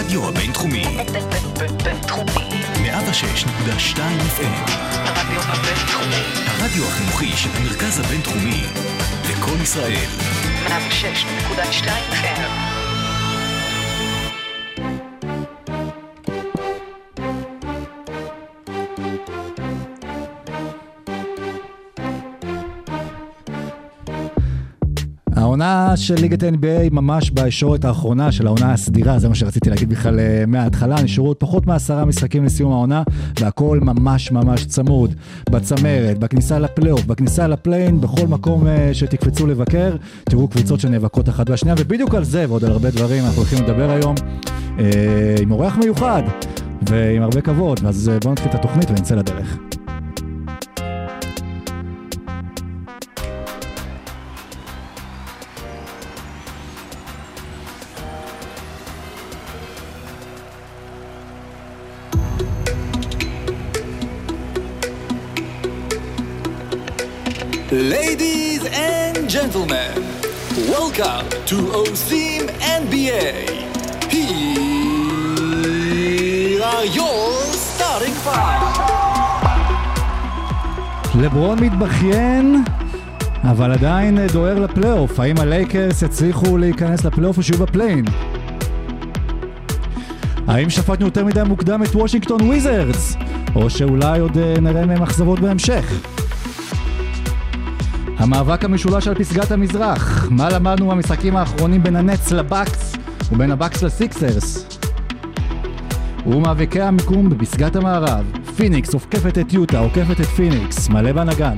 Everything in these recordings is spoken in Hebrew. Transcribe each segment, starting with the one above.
הרדיו הבינתחומי. בינתחומי. 106.2 FM. הרדיו הבינתחומי. הרדיו החינוכי של המרכז הבינתחומי. לכל ישראל. 106.2 FM. העונה של ליגת NBA ממש בישורת האחרונה של העונה הסדירה, זה מה שרציתי להגיד בכלל מההתחלה, נשארו עוד פחות מ10 משחקים לסיום העונה, והכל ממש ממש צמוד, בצמרת, בכניסה לפלייאוף, בכניסה לפליין, בכל מקום שתקפצו לבקר, תראו קבוצות שנאבקות אחת והשנייה, ובדיוק על זה ועוד על הרבה דברים אנחנו הולכים לדבר היום, עם אורח מיוחד, ועם הרבה כבוד, אז בואו נתחיל את התוכנית ונצא לדרך. Ladies and gentlemen, welcome to OSIM NBA. Here are your starting five. לברון מתבכיין, אבל עדיין דוהר לפלייאוף. האם הלייקרס יצליחו להיכנס לפלייאוף או שיהיו בפליין? האם שפטנו יותר מדי מוקדם את וושינגטון וויזרדס? או שאולי עוד נראה מהם אכזבות בהמשך? המאבק המשולש על פסגת המזרח, מה למדנו במשחקים האחרונים בין הנץ לבקס ובין הבקס לסיקסרס? ומאבקי המיקום בפסגת המערב, פיניקס עוקפת את יוטה, עוקפת את פיניקס, מלא בנגן.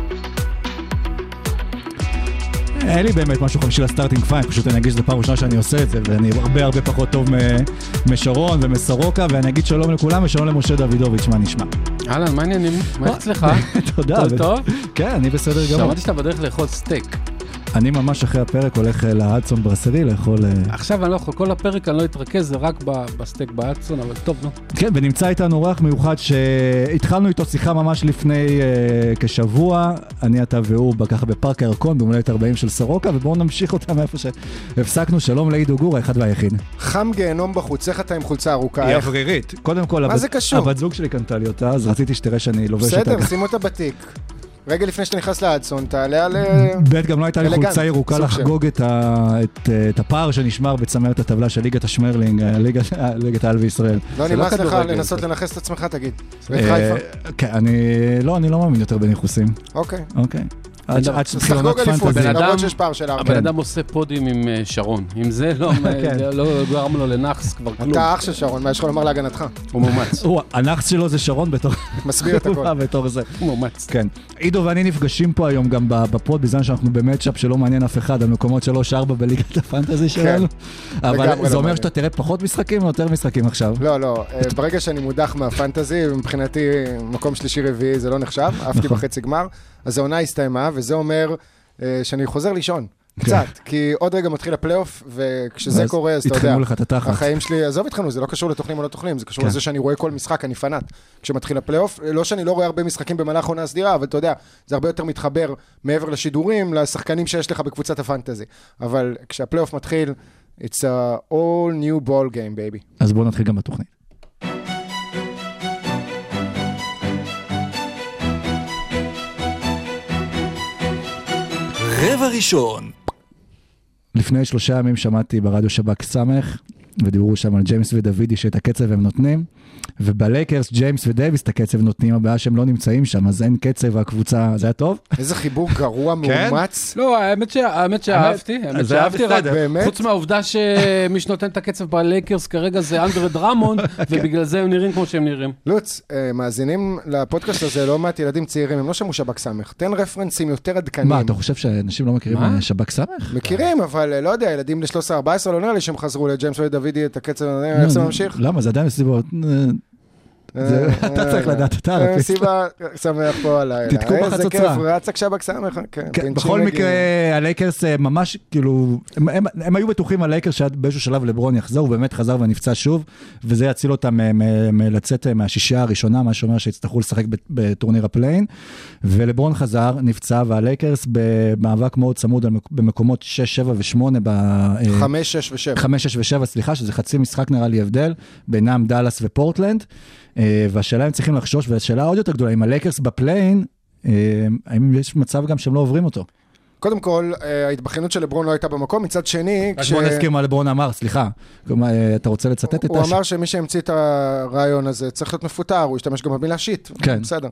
אין לי באמת משהו חמישי לסטארטינג פיין, פשוט אני אגיד שזה פעם ראשונה שאני עושה את זה, ואני הרבה פחות טוב משרון ומסורוקה, ואני אגיד שלום לכולם ושלום למשה דוידוביץ', מה נשמע? אהלן, מה העניינים? מה אצלך? תודה. טוב? כן, אני בסדר גמור. שמעתי שאתה בדרך לאכול סטייק. אני ממש אחרי הפרק הולך להדסון ברסרי לאכול... עכשיו אני לא יכול, כל הפרק אני לא אתרכז, זה רק בסטייק בהדסון, אבל טוב, נו. כן, ונמצא איתנו אורח מיוחד שהתחלנו איתו שיחה ממש לפני כשבוע, אני אתה והוא ככה בפארק הירקון, במולדת 40 של סורוקה, ובואו נמשיך אותה מאיפה שהפסקנו. שלום לעידו גור, האחד והיחיד. חם גיהנום בחוץ, איך אתה עם חולצה ארוכה? היא אוורירית. קודם כל, מה זה קשור? הבת זוג שלי קנתה לי אותה, אז רציתי שתראה שאני לובש אותה. בסדר, שים אותה בתיק. רגע לפני שאתה נכנס להדסון, תעלה על... בית גם לא הייתה לי חולצה ירוקה לחגוג את הפער שנשמר בצמרת הטבלה של ליגת השמרלינג, ליגת העל בישראל. לא נמאס לך לנסות לנחס את עצמך, תגיד. כן, אני לא מאמין יותר בניחוסים. אוקיי. עד שתחגוג אליפות, למרות שיש פער של 4. הבן אדם עושה פודים עם שרון. אם זה לא גרם לו לנחס כבר כלום. אתה אח של שרון, מה יש לך לומר להגנתך? הוא מומץ. הנחס שלו זה שרון בתור... מסביר את הכל. בתור זה. הוא מומץ. כן. עידו ואני נפגשים פה היום גם בפוד, בזמן שאנחנו במצ'אפ שלא מעניין אף אחד, על מקומות 3-4 בליגת הפנטזי שלנו. אבל זה אומר שאתה תראה פחות משחקים או יותר משחקים עכשיו? לא. ברגע שאני מודח מהפנטזי, מבחינתי מקום שלישי-רביעי זה לא נחשב, עפתי בחצי גמר, אז העונה הסתיימה, וזה אומר שאני חוזר לישון, קצת, כי עוד רגע מתחיל הפלייאוף, וכשזה קורה, אז אתה יודע, החיים שלי, עזוב איתכנו, זה לא קשור לתוכנים או לא תוכנים, זה קשור לזה שאני רואה כל משחק, אני פנאט, כשמתחיל הפלייאוף, לא שאני לא רואה הרבה משחקים במהלך העונה הסדירה, אבל אתה יודע, זה הרבה יותר מתחבר מעבר לשידורים, לשחקנים שיש לך בקבוצת הפנטזי, אבל כשהפלייאוף מתחיל, it's a all new ball game, baby. אז בואו נתחיל גם בתוכנית. רבע ראשון. לפני 3 ימים שמעתי ברדיו שב"כ סמך, ודיברו שם על ג'יימס ודוידי שאת הקצב הם נותנים, ובלייקרס ג'יימס ודייביס את הקצב נותנים, הבעיה שהם לא נמצאים שם, אז אין קצב והקבוצה, זה היה טוב? איזה חיבור גרוע מאומץ. לא, האמת שאהבתי רק חוץ מהעובדה שמי שנותן את הקצב בלייקרס כרגע זה אנדרה דרמונד, ובגלל זה הם נראים כמו שהם נראים. לוץ, מאזינים לפודקאסט הזה לא מעט ילדים צעירים, הם לא שמעו שב"כ סמך, תן רפרנסים יותר עדכניים. מה, אתה חושב שאנשים לא מכירים שב"כ סמך? מכירים, אבל לא יודע, ילדים ל-13-14 לא נראה לי שהם חזרו לג'יימס ודוידי את הקצב, איך זה ממשיך? למה? זה עדיין סביבות... אתה צריך לדעת, אתה הרפיסט. סיבה שמח פה עליי. תתקעו בחצוצרה. איזה כיף, רצק שבק שמח. בכל מקרה, הלייקרס ממש, כאילו, הם היו בטוחים הלייקרס שעד באיזשהו שלב לברון יחזור, הוא באמת חזר ונפצע שוב, וזה יציל אותם לצאת מהשישייה הראשונה, מה שאומר שיצטרכו לשחק בטורניר הפליין, ולברון חזר, נפצע, והלייקרס במאבק מאוד צמוד במקומות 6, 7 ו-8 5, 6 ו-7. 5, 6 ו-7, סליחה, שזה חצי משחק נראה לי הבדל, בינם דלס ופורטלנד, והשאלה הם צריכים לחשוש, והשאלה עוד יותר גדולה, אם הלייקרס בפליין, האם יש מצב גם שהם לא עוברים אותו? קודם כל, ההתבחנות של לברון לא הייתה במקום, מצד שני... רק בוא נזכיר מה לברון אמר, סליחה, אתה רוצה לצטט את הוא אמר שמי שהמציא את הרעיון הזה צריך להיות מפוטר, הוא השתמש גם במילה שיט, בסדר.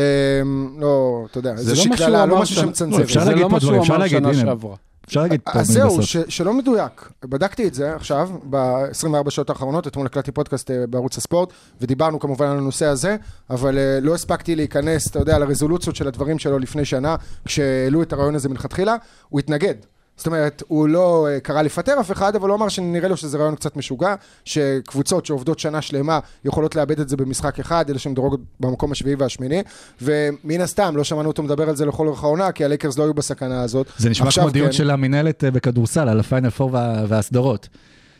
לא, אתה יודע, זה שקללה, לא משהו שמצנזר. אפשר להגיד פה דברים, אפשר להגיד, הנה. אפשר להגיד פה. אז זהו, שלא מדויק. בדקתי את זה עכשיו, ב-24 שעות האחרונות, אתמול הקלטתי פודקאסט בערוץ הספורט, ודיברנו כמובן על הנושא הזה, אבל לא הספקתי להיכנס, אתה יודע, לרזולוציות של הדברים שלו לפני שנה, כשהעלו את הרעיון הזה מלכתחילה, הוא התנגד. זאת אומרת, הוא לא קרא לפטר אף אחד, אבל הוא אמר שנראה לו שזה רעיון קצת משוגע, שקבוצות שעובדות שנה שלמה יכולות לאבד את זה במשחק אחד, אלה שמדורגות במקום השביעי והשמיני, ומן הסתם לא שמענו אותו מדבר על זה לכל אורך העונה, כי הלייקרס לא היו בסכנה הזאת. זה נשמע כמו דיון של המנהלת בכדורסל, על הפיינל פור והסדרות.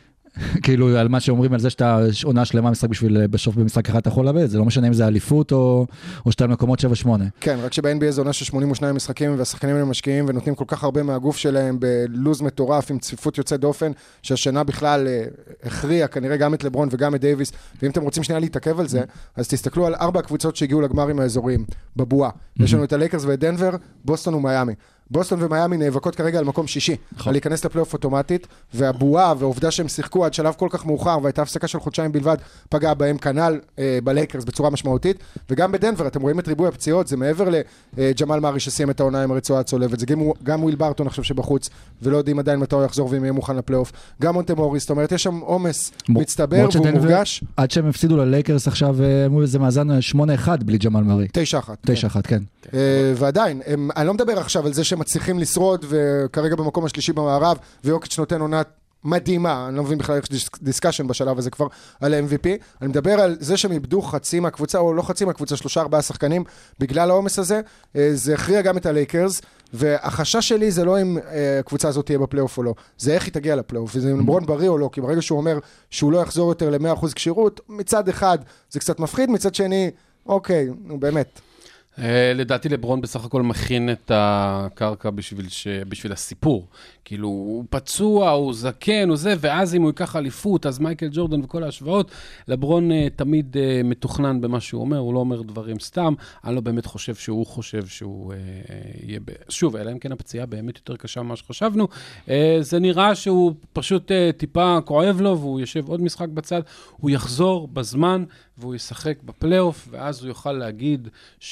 כאילו, על מה שאומרים על זה שאתה עונה שלמה משחק בשביל בשוף במשחק אחד אתה יכול לאבד, זה לא משנה אם זה אליפות או שאתה מקומות 7-8. כן, רק שב-NBA זה עונה של 82 משחקים, והשחקנים האלה משקיעים ונותנים כל כך הרבה מהגוף שלהם בלוז מטורף, עם צפיפות יוצאת דופן, שהשנה בכלל הכריע כנראה גם את לברון וגם את דייביס, ואם אתם רוצים שנייה להתעכב על זה, אז תסתכלו על 4 הקבוצות שהגיעו לגמרים האזוריים, בבועה. יש לנו את הלייקרס ואת דנבר, בוסטון ומיימי. בוסטון ומיימי נאבקות כרגע על מקום 6, על להיכנס לפלייאוף אוטומטית, והבועה והעובדה שהם שיחקו עד שלב כל כך מאוחר, והייתה הפסקה של חודשיים בלבד, פגעה בהם כנ"ל בלייקרס בצורה משמעותית, וגם בדנבר, אתם רואים את ריבוי הפציעות, זה מעבר לג'מאל מארי שסיים את העונה עם הרצועה הצולבת, זה גם וויל בארטון עכשיו שבחוץ, ולא יודעים עדיין מתי הוא יחזור ואם יהיה מוכן לפלייאוף, גם מונטה מוריס, זאת אומרת, יש שם עומס מצטבר והוא מורגש. עד שהם הפסידו ללייקרס עכשיו, זה מאזן 8-1 בלי ג'מאל מארי. 9-1, כן. ועדיין, אני לא מדבר עכשיו על זה שהם מצליחים לשרוד, וכרגע במקום השלישי במערב, ויוקיץ' נותן עונה מדהימה, אני לא מבין בכלל איך דיסקשן בשלב הזה כבר על ה-MVP, אני מדבר על זה שהם איבדו חצי מהקבוצה, או לא חצי מהקבוצה, 3-4 שחקנים, בגלל העומס הזה, זה הכריע גם את הלייקרס, והחשש שלי זה לא אם הקבוצה הזאת תהיה בפלייאוף או לא, זה איך היא תגיע לפלייאוף, וזה אם לברון בריא או לא, כי ברגע שהוא אומר שהוא לא יחזור יותר ל-100% קשירות, מצד אחד זה קצת מפחיד, מצד שני, אוקיי, באמת. לדעתי לברון בסך הכל מכין את הקרקע בשביל הסיפור. כאילו, הוא פצוע, הוא זקן, הוא זה, ואז אם הוא ייקח אליפות, אז מייקל ג'ורדן וכל ההשוואות, לברון תמיד מתוכנן במה שהוא אומר, הוא לא אומר דברים סתם, אני לא באמת חושב שהוא יהיה... שוב, אלא אם כן הפציעה באמת יותר קשה ממה שחשבנו, זה נראה שהוא פשוט טיפה כואב לו, והוא יושב עוד משחק בצד, הוא יחזור בזמן, והוא ישחק בפלייאוף, ואז הוא יוכל להגיד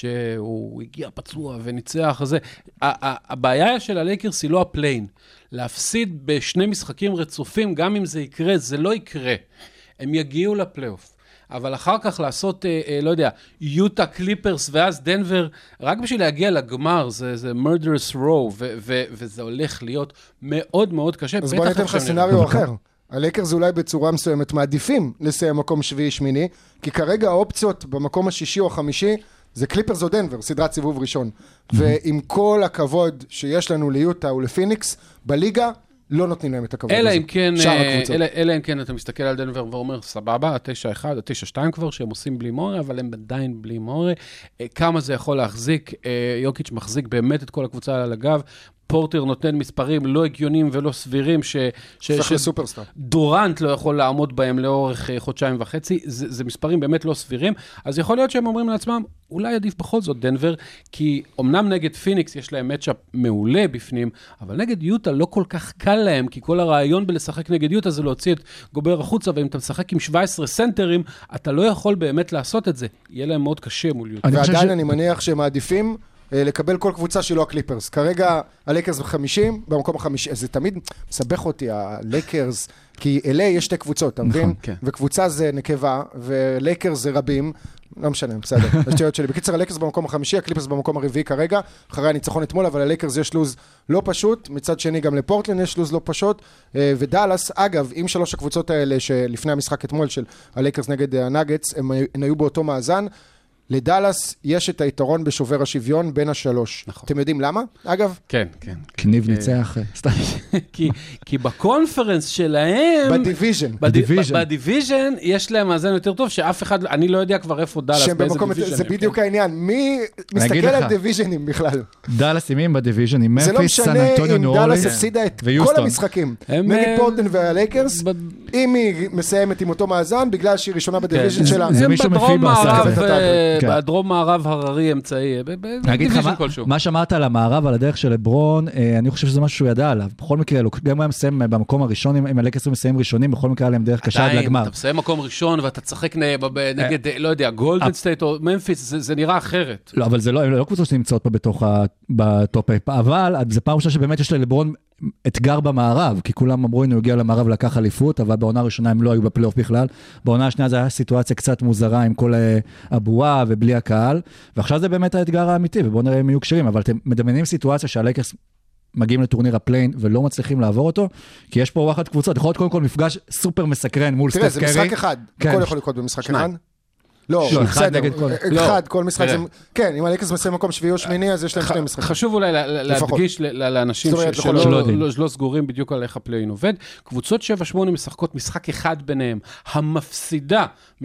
שהוא הגיע פצוע וניצח. הבעיה של הלייקרס היא לא הפליין. להפסיד בשני משחקים רצופים, גם אם זה יקרה, זה לא יקרה. הם יגיעו לפלייאוף. אבל אחר כך לעשות, לא יודע, יוטה קליפרס ואז דנבר, רק בשביל להגיע לגמר, זה murderous row, וזה הולך להיות מאוד מאוד קשה. אז בוא ניתן לך סצנריו אחר. הלייקרס אולי בצורה מסוימת מעדיפים לסיים מקום 7-8, כי כרגע האופציות במקום השישי או החמישי, זה קליפרס או דנבר, סדרת סיבוב ראשון. ועם כל הכבוד שיש לנו ליוטה ולפיניקס, בליגה לא נותנים להם את הכבוד הזה. אלא אם כן אתה מסתכל על דנבר ואומר, סבבה, 9-1, 9-2 כבר, שהם עושים בלי מורה, אבל הם עדיין בלי מורה. כמה זה יכול להחזיק? יוקיץ' מחזיק באמת את כל הקבוצה על הגב. פורטר נותן מספרים לא הגיוניים ולא סבירים, שדורנט לא יכול לעמוד בהם לאורך חודשיים וחצי, זה מספרים באמת לא סבירים, אז יכול להיות שהם אומרים לעצמם, אולי עדיף בכל זאת דנבר, כי אמנם נגד פיניקס יש להם מצ'אפ מעולה בפנים, אבל נגד יוטה לא כל כך קל להם, כי כל הרעיון בלשחק נגד יוטה זה להוציא את גובר החוצה, ואם אתה משחק עם 17 סנטרים, אתה לא יכול באמת לעשות את זה, יהיה להם מאוד קשה מול יוטה. ועדיין אני מניח שהם מעדיפים לקבל כל קבוצה שלא הקליפרס. כרגע הלייקרס ב-50, במקום ה-50, זה תמיד מסבך אותי, הלייקרס, כי אלה יש שתי קבוצות, אתה מבין? וקבוצה זה נקבה, ולייקרס זה רבים, לא משנה, בסדר. השטויות שלי. בקיצר, הלייקרס במקום החמישי, הקליפרס במקום הרביעי כרגע, אחרי הניצחון אתמול, אבל הלייקרס יש לוז לא פשוט, מצד שני גם לפורטלנד יש לוז לא פשוט, ודאלאס, אגב, עם 3 הקבוצות האלה שלפני המשחק אתמול של הלייקרס נגד הנאגטס, הם היו באותו מאזן, לדאלאס יש את היתרון בשובר השוויון בין השלוש. נכון. אתם יודעים למה? אגב? כן, כן. כניב ניצח, סתם. כי בקונפרנס שלהם... בדיוויז'ן יש להם מאזן יותר טוב, שאף אחד, אני לא יודע כבר איפה דאלאס, באיזה דיוויז'ן. זה בדיוק העניין. מי מסתכל על דיוויז'נים בכלל? דאלאס עם בדיוויז'ן, עם זה לא מפיס, סן משנה אנטוניו, אם ניו דאלאס אורלינס הפסידה את ויוסטון. כל המשחקים. נגד פורטלנד והלייקרס, אם היא מסיימת עם אותו מאזן, בגלל שהיא ראשונה בדיוויז'ן שלה. זה מישהו מפיבה בדרום מערב הררי אמצעי, בדיוויז'ן כלשהו. מה שאמרת על המערב, על הדרך של לברון, אני חושב שזה משהו שהוא ידע עליו. בכל מקרה, גם הוא מסיים במקום הראשון, אם הלייקרס מסיים ראשונים, בכל מקרה עליהם דרך קשה עד לגמר. אתה מסיים מקום ראשון ואתה תשחק נגד, לא יודע, גולדן סטייט או ממפיס, זה נראה אחרת. לא, אבל זה לא קבוצות שנמצאות פה בתוך בטופ, אבל זה פעם ראשונה שבאמת יש ללברון אתגר במערב, כי כולם אמרו, הוא הגיע למערב לקח אליפות, אבל בעונה הראשונה הם לא היו בפלייאוף בכלל. בעונה השנייה זו הייתה סיטואציה קצת מוזרה עם כל הבועה ובלי הקהל, ועכשיו זה באמת האתגר האמיתי, ובואו נראה אם יהיו קשרים, אבל אתם מדמיינים סיטואציה שהלייקרס מגיעים לטורניר הפליין ולא מצליחים לעבור אותו, כי יש פה וואחד קבוצות, יכול להיות קודם כל מפגש סופר מסקרן מול סטף קרי. תראה, זה משחק אחד, הכל יכול לקרות במשחק אחד. לא, אחד נגד כל. אחד, כל משחק. כן, אם הלייקרס מסיים מקום שביעי או שמיני, אז יש להם שני משחקים. חשוב אולי להדגיש לאנשים שלא סגורים בדיוק על איך הפליין עובד. קבוצות 7-8 משחקות משחק אחד ביניהם. המפסידה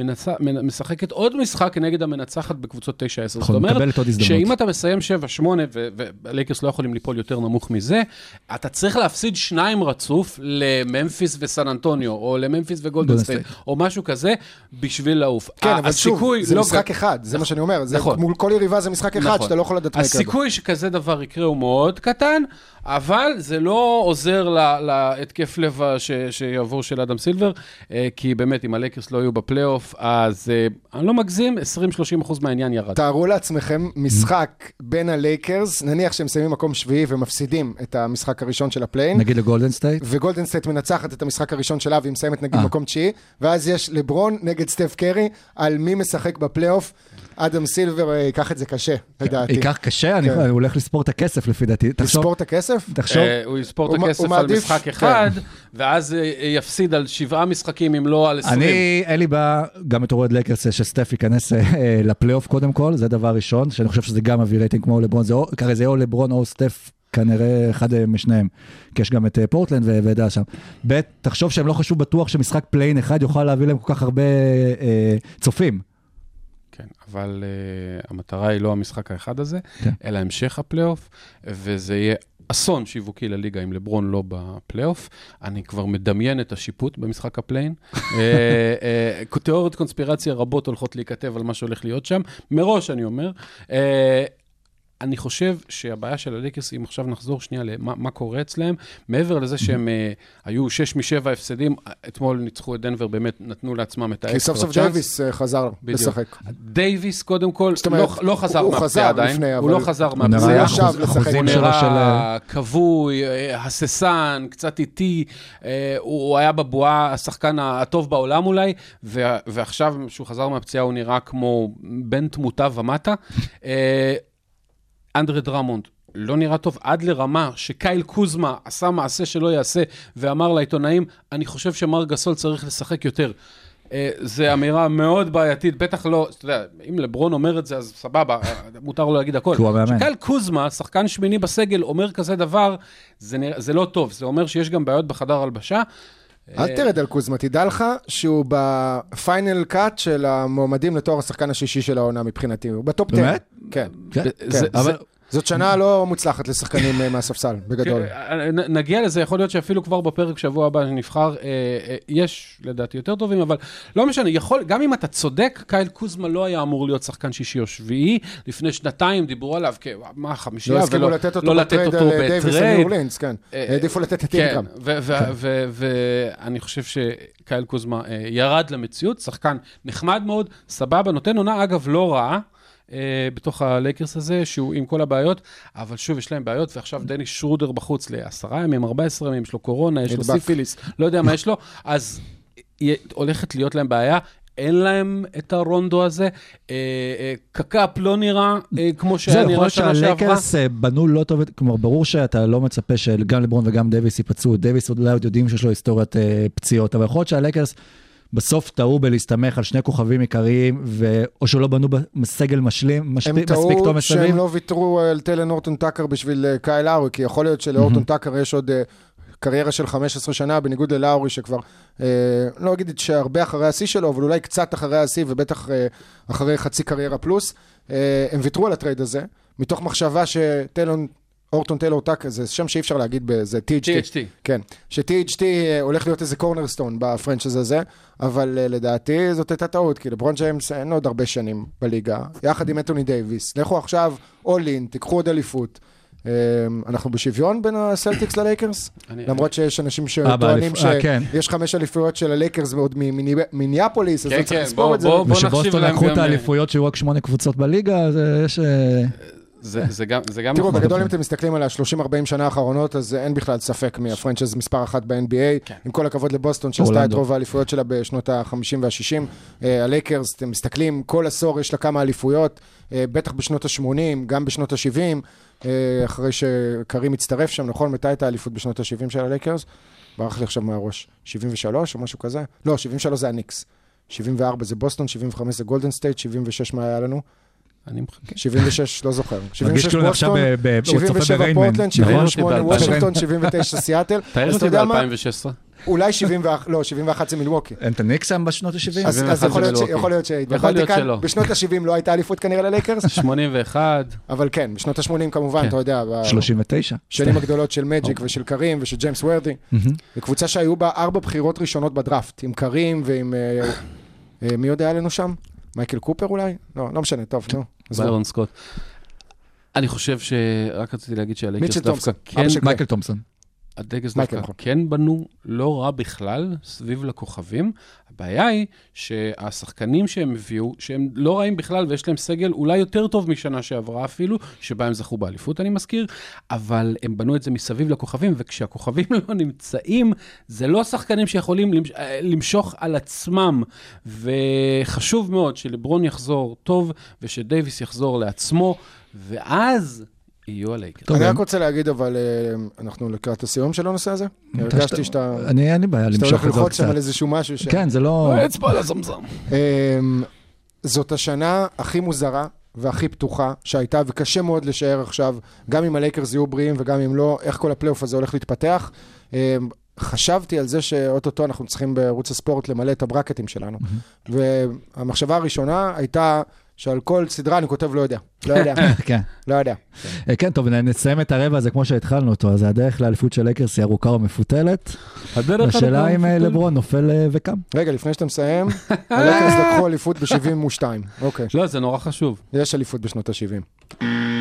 משחקת עוד משחק נגד המנצחת בקבוצות 9-10. זאת אומרת, שאם אתה מסיים 7-8, והלייקרס לא יכולים ליפול יותר נמוך מזה, אתה צריך להפסיד 2 רצוף לממפיס וסן אנטוניו, או לממפיס וגולדן סטייט, או משהו כזה, בשביל לעוף. כן, אבל שוב, זה משחק אחד, זה מה שאני אומר. מול כל יריבה זה משחק אחד, שאתה לא יכול לדעת מה יקרה. הסיכוי שכזה דבר יקרה הוא מאוד קטן, אבל זה לא עוזר להתקף לב שיעבור של אדם סילבר, כי באמת, אם הלייקרס לא יהיו בפלייאוף, אז אני לא מגזים, 20-30% מהעניין ירד. תארו לעצמכם משחק בין הלייקרס, נניח שהם מסיימים מקום שביעי ומפסידים את המשחק הראשון של הפליין. נגיד לגולדן סטייט. וגולדן סטייט מנצחת את המשחק הראשון שלה, והיא מסיימת נגיד מקום תשיעי, ואז יש לברון נגד סטף קרי, על מי משחק בפלייאוף. אדם סילבר ייקח את זה קשה, לדעתי. ייקח קשה? אני הולך לספור את הכסף לפי דעתי. לספור את הכסף? הוא יספור את הכסף על משחק אחד, ואז יפסיד על 7 משחקים, אם לא על 20. אין לי בעיה, גם בתור אוהד לייקרס, שסטף ייכנס לפלייאוף קודם כל, זה דבר ראשון, שאני חושב שזה גם מביא רייטינג כמו לברון, כרי זה או לברון או סטף, כנראה אחד משניהם, כי יש גם את פורטלנד ודעה שם. תחשוב שהם לא חשוב בטוח שמשחק פליין אחד יוכל להביא להם כל כך הרבה צופים. כן, אבל המטרה היא לא המשחק האחד הזה, אלא המשך הפלייאוף, וזה יהיה אסון שיווקי לליגה אם לברון לא בפלייאוף. אני כבר מדמיין את השיפוט במשחק הפליין. תיאוריות קונספירציה רבות הולכות להיכתב על מה שהולך להיות שם. מראש אני אומר, אני חושב שהבעיה של הלייקרס, אם עכשיו נחזור שנייה למה קורה אצלהם, מעבר לזה שהם היו 6 מ-7 הפסדים, אתמול ניצחו את דנבר, באמת נתנו לעצמם את האקסטרה צ'אנס. כי סוף דייביס חזר לשחק. דייביס קודם כל לא חזר מהפציעה עדיין, הוא לא חזר מהפציעה, הוא נראה כבוי, הססן, קצת איטי, הוא היה בבועה השחקן הטוב בעולם אולי, ועכשיו שהוא חזר מהפציעה הוא נראה כמו בן תמותה ומטה. אנדרי דרמונד לא נראה טוב עד לרמה שקייל קוזמה עשה מעשה שלא יעשה ואמר לעיתונאים, אני חושב שמר גסול צריך לשחק יותר. זה אמירה מאוד בעייתית, בטח לא, אתה יודע, אם לברון אומר את זה, אז סבבה, מותר לו להגיד הכל. שקייל קוזמה, שחקן שמיני בסגל, אומר כזה דבר, זה לא טוב, זה אומר שיש גם בעיות בחדר הלבשה. אל תרד על קוזמה, תדע לך שהוא בפיינל קאט של המועמדים לתואר השחקן השישי של העונה מבחינתי, הוא בטופ 10. באמת? כן. אבל זאת שנה לא מוצלחת לשחקנים מהספסל, בגדול. נגיע לזה, יכול להיות שאפילו כבר בפרק שבוע הבא נבחר, יש לדעתי יותר טובים, אבל לא משנה, גם אם אתה צודק, קייל קוזמה לא היה אמור להיות שחקן שישי או שביעי, לפני שנתיים דיברו עליו, מה חמישייה, לא לתת אותו בטרייד, העדיפו לתת את אינקאם. ואני חושב שקייל קוזמה ירד למציאות, שחקן נחמד מאוד, סבבה, נותן עונה אגב לא רעה, בתוך הלייקרס הזה, שהוא עם כל הבעיות, אבל שוב יש להם בעיות, ועכשיו דני שרודר בחוץ ל10 ימים, 14 ימים, יש לו קורונה, יש לו סיפיליס, לא יודע מה יש לו, אז הולכת להיות להם בעיה, אין להם את הרונדו הזה. קקאפ לא נראה כמו שהיה נראה שנה שעברה. שהלקרס בנו לא טוב, כלומר, ברור שאתה לא מצפה שגם לברון וגם דייביס ייפצעו. דייביס עוד לא יודעים שיש לו היסטוריית פציעות, אבל יכול להיות שהלקרס בסוף טעו בלהסתמך על שני כוכבים עיקריים, או שלא בנו בסגל משלים, מספיק טוב מסביב. הם טעו שהם לא ויתרו על טלן אורטון טאקר בשביל קייל לאורי, כי יכול להיות שלאורטון טאקר יש עוד קריירה של 15 שנה, בניגוד ללאורי שכבר, לא אגיד שהרבה אחרי השיא שלו, אבל אולי קצת אחרי השיא, ובטח אחרי חצי קריירה פלוס, הם ויתרו על הטרייד הזה, מתוך מחשבה שטלון אורטון טיילור טאקר, זה שם שאי אפשר להגיד בזה, THT. כן, ש-THT הולך להיות איזה קורנרסטון בפרנצ'ייז הזה, אבל לדעתי זאת הייתה טעות, כי לברון ג'יימס אין עוד הרבה שנים בליגה, יחד עם אנתוני דייביס, לכו עכשיו אול-אין, תיקחו עוד אליפות. אנחנו בשוויון בין הסלטיקס ללייקרס? למרות שיש אנשים שטוענים שיש 5 אליפויות של הלייקרס ועוד ממיניאפוליס, אז לא צריך לספור את זה. ושבוסטון לקחו את האליפויות שהיו רק 8 קבוצות בליגה, אז יש... זה גם תראו, בגדול אם אתם מסתכלים על ה-30-40 שנה האחרונות, אז אין בכלל ספק מהפרנצ'ייז מספר 1 ב-NBA, עם כל הכבוד לבוסטון שעשתה את רוב האליפויות שלה בשנות ה-50 וה-60. הלייקרס, אתם מסתכלים, כל עשור יש לה כמה אליפויות, בטח בשנות ה-80, גם בשנות ה-70, אחרי שקרים מצטרף שם, נכון? מתי הייתה האליפות בשנות ה-70 של הלייקרס? ברח לי עכשיו מהראש, 73 או משהו כזה? לא, 73 זה הניקס, 74 זה בוסטון, 75 זה גולדן סטייט, 76 מה היה לנו? אני מחכה. 76, לא זוכר. 76 בוסטון, 77 פורטלנד, 78 וושינגטון, 79 סיאטל. תאר אותי ב-2016. אולי 71, לא, 71 זה מילווקי. אין את הניקס שם בשנות ה-70? אז יכול להיות שהתבלבלתי כאן. בשנות ה-70 לא הייתה אליפות כנראה ללייקרס. 81. אבל כן, בשנות ה-80 כמובן, אתה יודע. 39. שנים הגדולות של מג'יק ושל קרים ושל ג'יימס ורדי. וקבוצה שהיו בה 4 בחירות ראשונות בדראפט, עם קרים ועם... מי יודע עלינו שם? מייקל קופר אולי? לא משנה, טוב, נו. ביירון סקוט. אני חושב שרק רציתי להגיד שהלייקרס דווקא כן... מייקל תומפסון. הלייקרס דווקא כן בנו לא רע בכלל סביב לכוכבים. הבעיה היא שהשחקנים שהם הביאו, שהם לא רעים בכלל ויש להם סגל אולי יותר טוב משנה שעברה אפילו, שבה הם זכו באליפות אני מזכיר, אבל הם בנו את זה מסביב לכוכבים, וכשהכוכבים לא נמצאים, זה לא שחקנים שיכולים למשוך על עצמם, וחשוב מאוד שלברון יחזור טוב, ושדייביס יחזור לעצמו, ואז... יהיו הלייקרס. אני רק רוצה להגיד, אבל אנחנו לקראת הסיום של הנושא הזה. הרגשתי שאתה... אין לי בעיה למשוך את זה הולך ללחוץ שם על איזשהו משהו ש... כן, זה לא... אצבע על הזמזם. זאת השנה הכי מוזרה והכי פתוחה שהייתה, וקשה מאוד לשער עכשיו, גם אם הלייקרס יהיו בריאים וגם אם לא, איך כל הפלייאוף הזה הולך להתפתח. חשבתי על זה שאוטוטו אנחנו צריכים בערוץ הספורט למלא את הברקטים שלנו. והמחשבה הראשונה הייתה... שעל כל סדרה אני כותב לא יודע. לא יודע. כן. לא יודע. כן, טוב, נסיים את הרבע הזה כמו שהתחלנו אותו, אז הדרך לאליפות של לייקרס היא ארוכה ומפותלת. השאלה אם לברון נופל וקם. רגע, לפני שאתה מסיים, הלייקרס לקחו אליפות ב-72. אוקיי. לא, זה נורא חשוב. יש אליפות בשנות ה-70.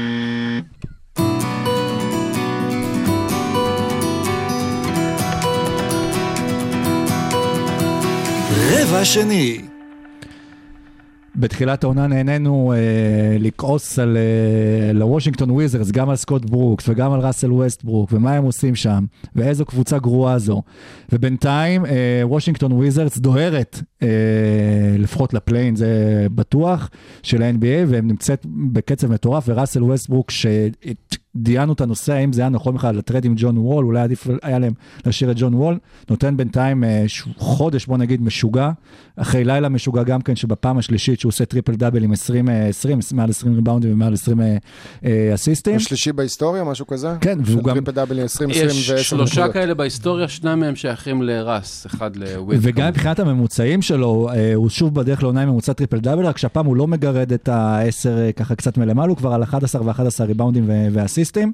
רבע שני. בתחילת העונה נהנינו לכעוס על הוושינגטון וויזרדס, גם על סקוט ברוקס וגם על ראסל ווסטברוק, ומה הם עושים שם, ואיזו קבוצה גרועה זו. ובינתיים וושינגטון וויזרדס דוהרת, לפחות לפליין זה בטוח, של ה-NBA, והם נמצאת בקצב מטורף, וראסל ווסטברוק דיינו את הנושא, האם זה היה נכון בכלל לטרד עם ג'ון וול, אולי עדיף היה להם לשיר את ג'ון וול, נותן בינתיים חודש, בוא נגיד, משוגע, אחרי לילה משוגע גם כן, שבפעם השלישית שהוא עושה טריפל דאבל עם 20, מעל 20 ריבאונדים ומעל 20 אסיסטים. השלישי בהיסטוריה, משהו כזה? כן, והוא גם... טריפל דאבל עם 20 יש 3 כאלה בהיסטוריה, 2 מהם שייכים לרס, אחד לוויד. וגם מבחינת הממוצעים שלו, הוא שוב בדרך לעונה עם ממוצע טריפל דאבל, רק שהפעם הוא לא מגרד את ה-10 ככה קצת מלמעלה, הוא כבר על 11 ו-11 ריבאונדים והסיסטים,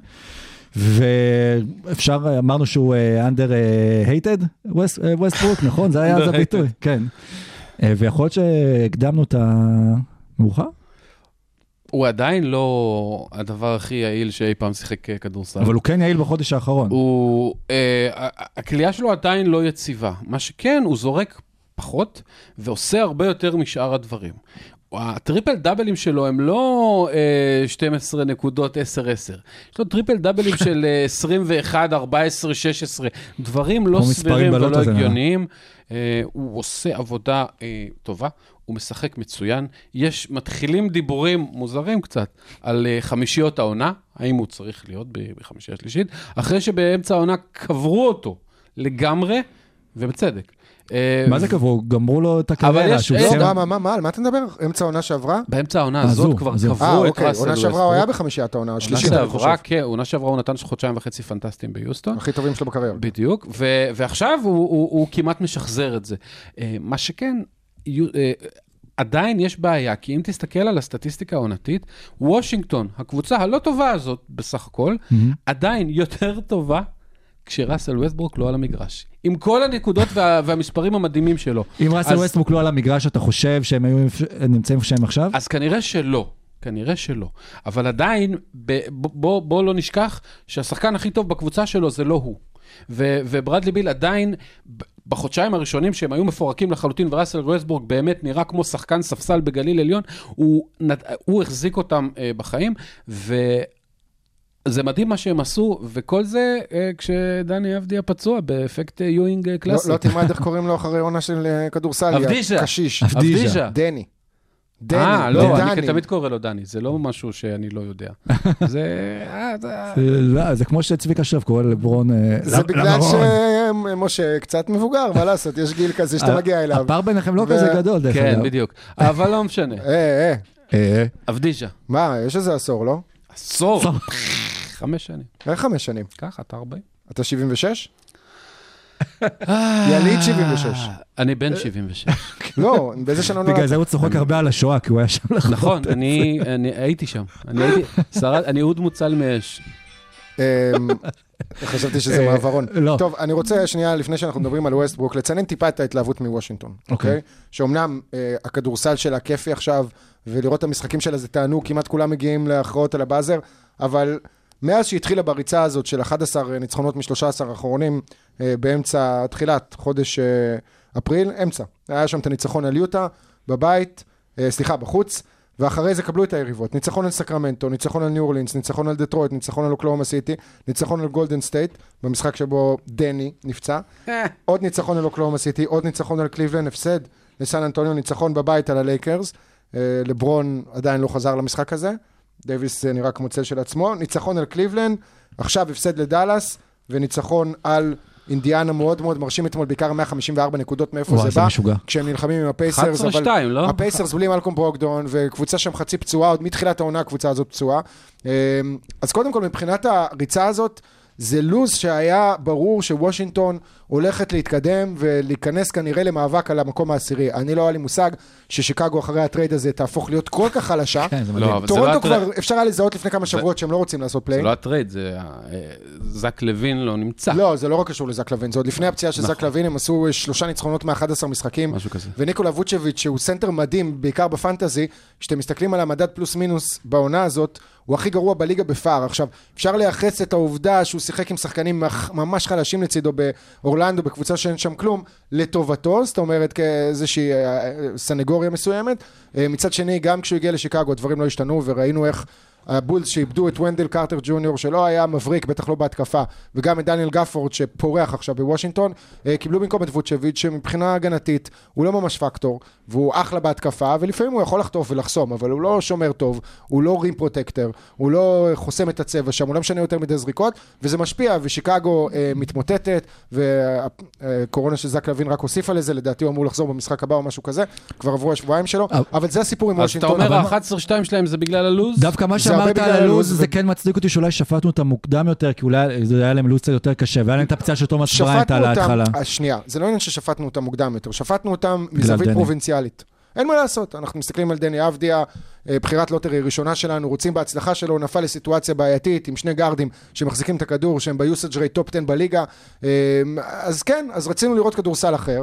ואפשר, אמרנו שהוא under-hated, ווסטברוק, נכון? זה היה אז הביטוי, כן. ויכול להיות שהקדמנו את המאוחר? הוא עדיין לא הדבר הכי יעיל שאי פעם שיחק כדורסל. אבל הוא כן יעיל בחודש האחרון. הכלייה שלו עדיין לא יציבה. מה שכן, הוא זורק פחות, ועושה הרבה יותר משאר הדברים. הטריפל דאבלים שלו הם לא 12 נקודות 10-10. יש לו טריפל דאבלים של 21, 14, 16. דברים לא סבירים ולא הגיוניים. הוא עושה עבודה טובה, הוא משחק מצוין. מתחילים דיבורים מוזרים קצת על חמישיות העונה, האם הוא צריך להיות בחמישייה שלישית, אחרי שבאמצע העונה קברו אותו לגמרי, ובצדק. מה זה קברו? גמרו לו את הקריירה. על מה אתה מדבר? אמצע העונה שעברה? באמצע העונה הזאת כבר קברו את ראסל עונה שעברה הוא היה בחמישיית העונה השלישית. עונה שעברה הוא נתן 2.5 חודשים פנטסטיים ביוסטון. הכי טובים שלו בקריירה. בדיוק, ועכשיו הוא כמעט משחזר את זה. מה שכן, עדיין יש בעיה, כי אם תסתכל על הסטטיסטיקה העונתית, וושינגטון, הקבוצה הלא טובה הזאת בסך הכל, עדיין יותר טובה כשראסל ווסטברוק לא על המגרש. עם כל הנקודות והמספרים המדהימים שלו. אם ראסל ווסטברוק לא על המגרש, אתה חושב שהם נמצאים שם עכשיו? אז כנראה שלא. כנראה שלא. אבל עדיין, בוא לא נשכח שהשחקן הכי טוב בקבוצה שלו זה לא הוא. וברדלי ביל עדיין, בחודשיים הראשונים שהם היו מפורקים לחלוטין, וראסל ווסטברוק באמת נראה כמו שחקן ספסל בגליל עליון, הוא החזיק אותם בחיים, זה מדהים מה שהם עשו, וכל זה כשדני אבדיה פצוע באפקט יואינג קלאסי. לא תלמד איך קוראים לו אחרי עונה של כדורסל. אבדישה. קשיש. אבדישה. דני. לא, אני תמיד קורא לו דני, זה לא משהו שאני לא יודע. זה כמו שצביקה שרף קורא לברון. זה בגלל שמשה קצת מבוגר, מה לעשות, יש גיל כזה שאתה מגיע אליו. הפער ביניכם לא כזה גדול, דרך אגב. כן, בדיוק. אבל לא משנה. אבדישה. מה, יש איזה עשור, לא? עשור? 5 שנים. איך 5 שנים? ככה, אתה 40. אתה 76? יליד 76. אני בן 76. לא, באיזה שנה נולדת? בגלל זה הוא צוחק הרבה על השואה, כי הוא היה שם לחוות. נכון, אני הייתי שם. אני אהוד מוצל מאש. חשבתי שזה מעברון. טוב, אני רוצה שנייה, לפני שאנחנו מדברים על ווסטברוק, לצנן טיפה את ההתלהבות מוושינגטון, אוקיי? שאומנם הכדורסל שלה כיפי עכשיו, ולראות את המשחקים שלה זה תענוג, כמעט כולם מגיעים להכרעות על הבאזר, אבל מאז שהתחילה בריצה הזאת של 11 ניצחונות מ-13 האחרונים, באמצע, תחילת חודש אפריל, אמצע. היה שם את הניצחון על יוטה, בבית, בחוץ, ואחרי זה קבלו את היריבות. ניצחון על סקרמנטו, ניצחון על ניו אורלינס, ניצחון על דטרויט, ניצחון על אוקלהומה סיטי, ניצחון על גולדן סטייט, במשחק שבו דני נפצע, עוד ניצחון על אוקלהומה סיטי, עוד ניצחון על קליבלנד, הפסד לסן אנטוניו, ניצחון בבית על הלייקרס, לברון עדיין לא חזר למשחק הזה, דייביס נראה כמו צל של עצמו, ניצחון על קליבלנד, עכשיו הפסד לדלס, וניצחון על אינדיאנה מאוד מאוד מרשים אתמול, בעיקר 154 נקודות מאיפה זה בא, כשהם נלחמים עם הפייסרס, אבל הפייסרס בלי מלקום ברוקדון, וקבוצה שם חצי פצועה, עוד מתחילת העונה הקבוצה הזאת פצועה. אז קודם כל, מבחינת הריצה הזאת, זה לוז שהיה ברור שוושינגטון הולכת להתקדם ולהיכנס כנראה למאבק על המקום העשירי. אני לא היה לי מושג ששיקגו אחרי הטרייד הזה תהפוך להיות כל כך חלשה. טורונטו כבר אפשר היה לזהות לפני כמה שבועות שהם לא רוצים לעשות פליי. זה לא הטרייד, זה זק לוין לא נמצא. לא, זה לא רק קשור לזק לוין, זה עוד לפני הפציעה של זק לוין, הם עשו 3 ניצחונות מ-11 משחקים. וניקולה ווצ'ביץ' שהוא סנטר מדהים, בעיקר בפנטזי, שאתם מסתכלים על המדד פלוס מינוס בעונה הזאת, הוא הכי גרוע בליגה בפאר. עכשיו, אפשר לייחס את העובדה שהוא שיחק עם שחקנים ממש חלשים לצידו באורלנדו, בקבוצה שאין שם כלום, לטובתו, זאת אומרת כאיזושהי סנגוריה מסוימת. מצד שני, גם כשהוא הגיע לשיקגו, הדברים לא השתנו, וראינו איך הבולס שאיבדו את ונדל קרטר ג'וניור, שלא היה מבריק, בטח לא בהתקפה, וגם את דניאל גפורד שפורח עכשיו בוושינגטון, קיבלו במקום את ווצ'ביץ' שמבחינה הגנתית הוא לא ממש פקטור, והוא אחלה בהתקפה, ולפעמים הוא יכול לחטוף ולחסום, אבל הוא לא שומר טוב, הוא לא רים פרוטקטר, הוא לא חוסם את הצבע שם, הוא לא משנה יותר מדי זריקות, וזה משפיע, ושיקגו מתמוטטת, וקורונה של זק לוין רק הוסיפה לזה, לדעתי הוא אמור לחזור במשחק הבא או משהו כזה, כבר עברו השבועיים שלו, אבל זה הסיפור עם וושינגטון. אז אתה אומר, 11-2 שלהם זה בגלל הלוז? דווקא מה שאמרת על הלוז, זה כן מצדיק אותי שאולי שפטנו אותם מוקדם יותר, כי אולי זה היה להם לוז קצת יותר קשה, והיה להם את הפציעה של תומאס בריינט על ההתחלה. שנייה, זה לא עניין ששפטנו אותם מוקדם יותר, שפטנו אותם מזווית פרובינציאלית. אין מה לעשות, אנחנו מסתכלים על דני אבדיה, בחירת לוטרי ראשונה שלנו, רוצים בהצלחה שלו, נפל לסיטואציה בעייתית עם 2 גארדים שמחזיקים את הכדור, שהם ביוסאג' רייט טופ 10 בליגה, אז כן, אז רצינו לראות כדורסל אחר,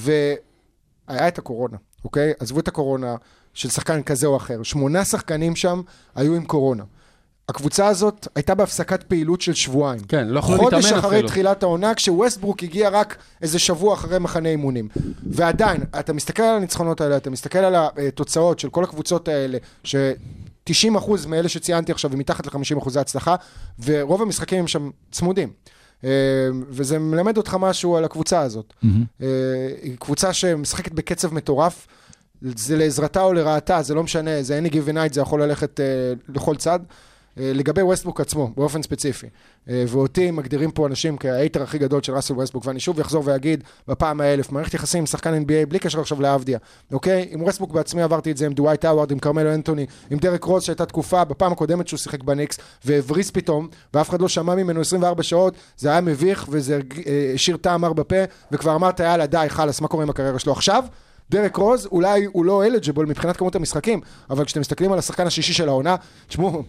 והיה את הקורונה, אוקיי? עזבו את הקורונה של שחקן כזה או אחר, 8 שחקנים שם היו עם קורונה. הקבוצה הזאת הייתה בהפסקת פעילות של שבועיים. כן, לא יכולו להתאמן אפילו. חודש אחרי תחילת העונה, כשווסטברוק הגיע רק איזה שבוע אחרי מחנה אימונים. ועדיין, אתה מסתכל על הניצחונות האלה, אתה מסתכל על התוצאות של כל הקבוצות האלה, ש90% מאלה שציינתי עכשיו, ומתחת ל50% הצלחה, ורוב המשחקים הם שם צמודים. וזה מלמד אותך משהו על הקבוצה הזאת. היא קבוצה שמשחקת בקצב מטורף, זה לעזרתה או לרעתה, זה לא משנה, זה any given night, זה יכול ללכת לכל צד. לגבי ווסטברוק עצמו, באופן ספציפי. ואותי מגדירים פה אנשים כהייטר הכי גדול של ראסל ווסטברוק, ואני שוב יחזור ויגיד, בפעם האלף, מערכת יחסים עם שחקן NBA, בלי קשר עכשיו לאבדיה. אוקיי? עם ווסטברוק בעצמי עברתי את זה, עם דווייט האווארד, עם קרמלו אנטוני, עם דרק רוז, שהייתה תקופה, בפעם הקודמת שהוא שיחק בניקס, והבריס פתאום, ואף אחד לא שמע ממנו 24 שעות, זה היה מביך, וזה השאיר טעם מר בפה, וכבר אמרת, יאללה, די, חלאס, מה קורה עם הקריירה שלו עכשיו? דרק רוז, אולי הוא לא eligible מבחינת כמות המשחקים, אבל כשאתם מסתכלים על השחקן השישי של העונה, תשמעו,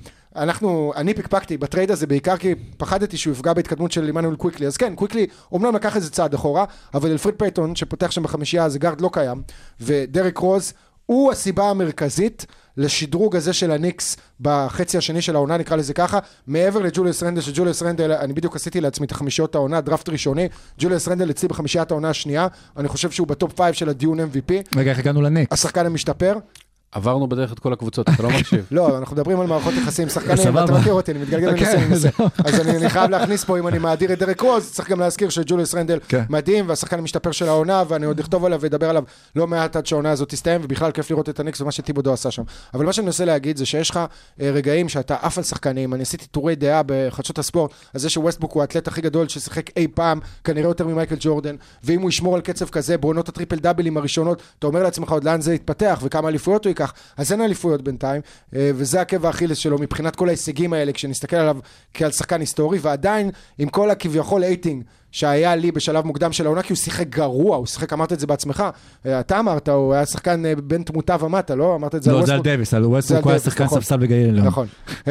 אני פיקפקתי בטרייד הזה בעיקר כי פחדתי שהוא יפגע בהתקדמות של אימנואל קוויקלי, אז כן, קוויקלי אומנם לקח איזה צעד אחורה, אבל אלפריד פייטון שפותח שם בחמישייה, זה גארד לא קיים, ודרק רוז הוא הסיבה המרכזית לשדרוג הזה של הניקס בחצי השני של העונה, נקרא לזה ככה, מעבר לג'וליוס רנדל, שג'וליוס רנדל, אני בדיוק עשיתי לעצמי את החמישיות העונה, דראפט ראשוני, ג'וליוס רנדל אצלי בחמישיית העונה השנייה, אני חושב שהוא בטופ 5 של הדיון MVP. רגע, איך הגענו לניקס? השחקן המשתפר. עברנו בדרך את כל הקבוצות, אתה לא מקשיב. לא, אנחנו מדברים על מערכות יחסים, שחקנים, אתה מכיר אותי, אני מתגלגל בנושאים עם זה. אז אני חייב להכניס פה, אם אני מאדיר את דרק רוז, צריך גם להזכיר שג'וליוס רנדל מדהים, והשחקן המשתפר של העונה, ואני עוד אכתוב עליו וידבר עליו לא מעט עד שהעונה הזאת תסתיים, ובכלל כיף לראות את הניקס ומה שטיבודו עשה שם. אבל מה שאני מנסה להגיד זה שיש לך רגעים שאתה עף על שחקנים, אני עשיתי טורי דעה בחדשות הספורט, על זה שווסטברוק הוא האתלט הכי גדול ששיחק אי פעם, כנראה יותר ממייקל ג'ורדן, ואם הוא ישמור על קצב כזה, בעונות הטריפל דאבלים הראשונות, אתה אומר לעצמך עוד לאן זה יתפתח וכמה אליפויות הוא ייקח. אז אין אליפויות בינתיים, וזה עקב האכילס שלו מבחינת כל ההישגים האלה, כשנסתכל עליו כעל שחקן היסטורי, ועדיין עם כל הכביכול אייטינג שהיה לי בשלב מוקדם של העונה, כי הוא שיחק גרוע, הוא שיחק, אמרת את זה בעצמך, אתה אמרת, הוא היה שחקן בין תמותה ומטה, לא? אמרת את זה על ווסטברוק. לא, זה על דייביס, על ווסטברוק הוא היה שחקן ספסל בגליל. נכון.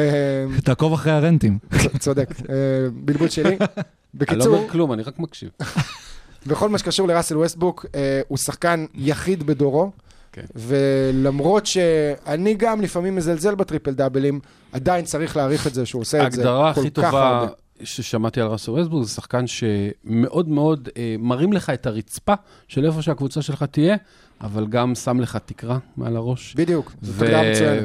תעקוב אחרי הרנטים. צודק, בלבול שלי. אני לא אומר כלום, אני רק מקשיב. בכל מה שקשור לראסל ווסטברוק, הוא שחקן יחיד בדורו, ולמרות שאני גם לפעמים מזלזל בטריפל דאבלים, עדיין צריך להעריך את זה שהוא עושה את זה כל כך הרבה. ההגדרה הכי טובה ששמעתי על ראסל ווסטברוק, זה שחקן שמאוד מאוד מרים לך את הרצפה של איפה שהקבוצה שלך תהיה, אבל גם שם לך תקרה מעל הראש. בדיוק, זו תקרה מצוינת.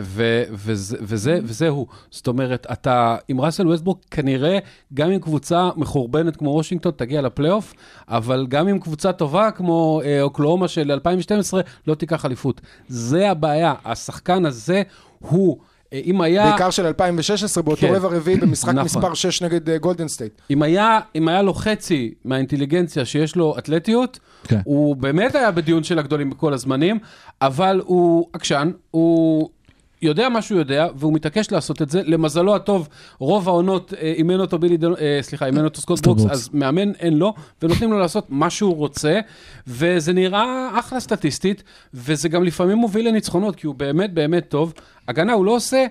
וזהו. זאת אומרת, אתה עם ראסל ווסטברוק כנראה, גם עם קבוצה מחורבנת כמו וושינגטון, תגיע לפלייאוף, אבל גם עם קבוצה טובה כמו אוקלאומה של 2012, לא תיקח אליפות. זה הבעיה. השחקן הזה הוא אם היה... בעיקר של 2016, באותו רבע רביעי במשחק מספר 6 נגד גולדן סטייט. אם היה לו חצי מהאינטליגנציה שיש לו אתלטיות, הוא באמת היה בדיון של הגדולים בכל הזמנים, אבל הוא עקשן, הוא יודע מה שהוא יודע, והוא מתעקש לעשות את זה. למזלו הטוב, רוב העונות אימן אותו סקוט ברוקס, אז מאמן אין לו, ונותנים לו לעשות מה שהוא רוצה, וזה נראה אחלה סטטיסטית, וזה גם לפעמים מוביל לניצחונות, כי הוא באמת באמת טוב. הגנה הוא לא עושה,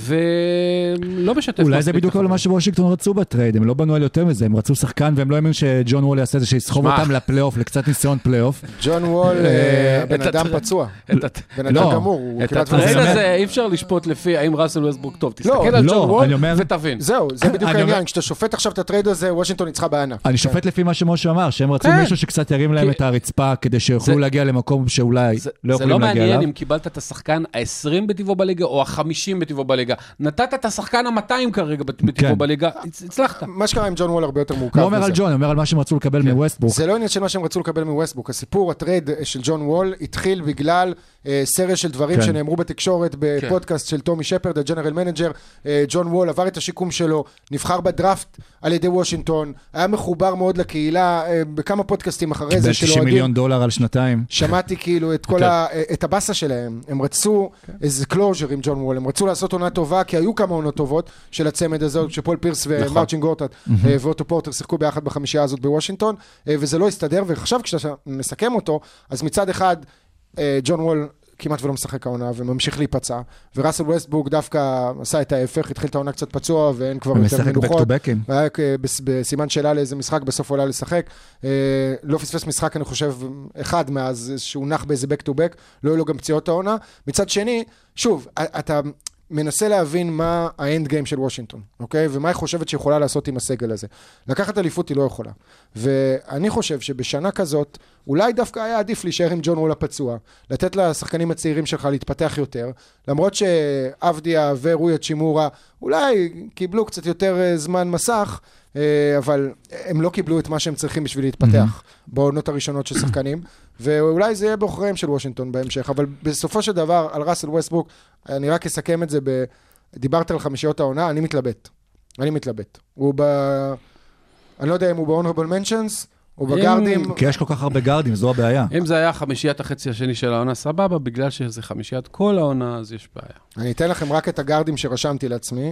ולא משתף. אולי זה בדיוק כל מה שוושינגטון רצו בטרייד, הם לא בנו על יותר מזה, הם רצו שחקן, והם לא האמינו שג'ון וול יעשה זה, שיסחוב אותם לפלייאוף, לקצת ניסיון פלייאוף. ג'ון וול, בן אדם פצוע. בן אדם גמור. את הטרייד הזה אי אפשר לשפוט לפי האם ראסל ווסטברוק טוב. תסתכל על ג'ון וול ותבין. זהו, זה בדיוק העניין. כשאתה שופט עכשיו את הטרייד הזה, וושינגטון ניצחה בענק. אני שופט לפי מה שמשה אמר, שהם רצו מישהו שקצת ירים להם את הרצפה, כדי שיוכלו להגיע למקום שאולי לא יכולים להגיע אליו. זה לא מעניין אם קיבלת את השחקן ה-20 בטבעו בליגה או ה-50 בטבעו בליגה. נתת את השחקן ה-200 כרגע בטבעו בליגה, הצלחת. מה שקרה עם ג'ון וול הרבה יותר מורכב. לא אומר על ג'ון, אומר על מה שהם רצו לקבל מווסטברוק. זה לא עניין של מה שהם רצו לקבל מווסטברוק. הסיפור, הטרייד של ג'ון וול התחיל בגלל סריה של דברים שנאמרו בתקשורת בפודקאסט של טומי שפרד, הג'נרל מנג'ר. ג'ון וול עבר את השיקום שלו, נבחר בדראפט על ידי וושינגטון, היה מחובר מאוד לקהילה, בכמה פודקאסטים אחרי זה שלו. $90 מיליון על שנתיים. שמעתי כאילו את הבאסה שלהם. הם רצו איזה קלוז'ר עם ג'ון וול, הם רצו לעשות עונה טובה, כי היו כמה עונות טובות של הצמד הזה, שפול פירס ומרצ'ין גורטט ואוטו פורטר שיחקו ביחד בחמישייה הזאת בוושינגטון, וזה לא הסתדר, ועכשיו כשאתה מסכם אותו, אז מצד אחד, ג'ון וול כמעט ולא משחק העונה, וממשיך להיפצע, וראסל ווסטברוק דווקא עשה את ההפך, התחיל את העונה קצת פצוע, ואין כבר יותר מנוחות. והיה בסימן שאלה לאיזה משחק, בסוף עולה לשחק. לא פספס משחק, אני חושב, אחד מאז שהוא נח באיזה back to back, לא היו לו גם פציעות העונה. מצד שני, שוב, אתה מנסה להבין מה האנד גיים של וושינגטון, אוקיי? ומה היא חושבת שיכולה לעשות עם הסגל הזה. לקחת אליפות היא לא יכולה. ואני חושב שבשנה כזאת, אולי דווקא היה עדיף להישאר עם ג'ון וול הפצוע, לתת לשחקנים הצעירים שלך להתפתח יותר, למרות שאבדיה ורוי צ'ימורה אולי קיבלו קצת יותר זמן מסך, אבל הם לא קיבלו את מה שהם צריכים בשביל להתפתח בעונות הראשונות של שחקנים, ואולי זה יהיה באחריהם של וושינגטון בהמשך, אבל בסופו של דבר, על ראסל ווסטברוק, אני רק אסכם את זה דיברת על חמישיות העונה, אני מתלבט. אני לא יודע אם הוא ב-honorable mentions, או בגארדים. כי יש כל כך הרבה גארדים, זו הבעיה. אם זה היה חמישיית החצי השני של העונה, סבבה, בגלל שזה חמישיית כל העונה, אז יש בעיה. אני אתן לכם רק את הגארדים שרשמתי לעצמי,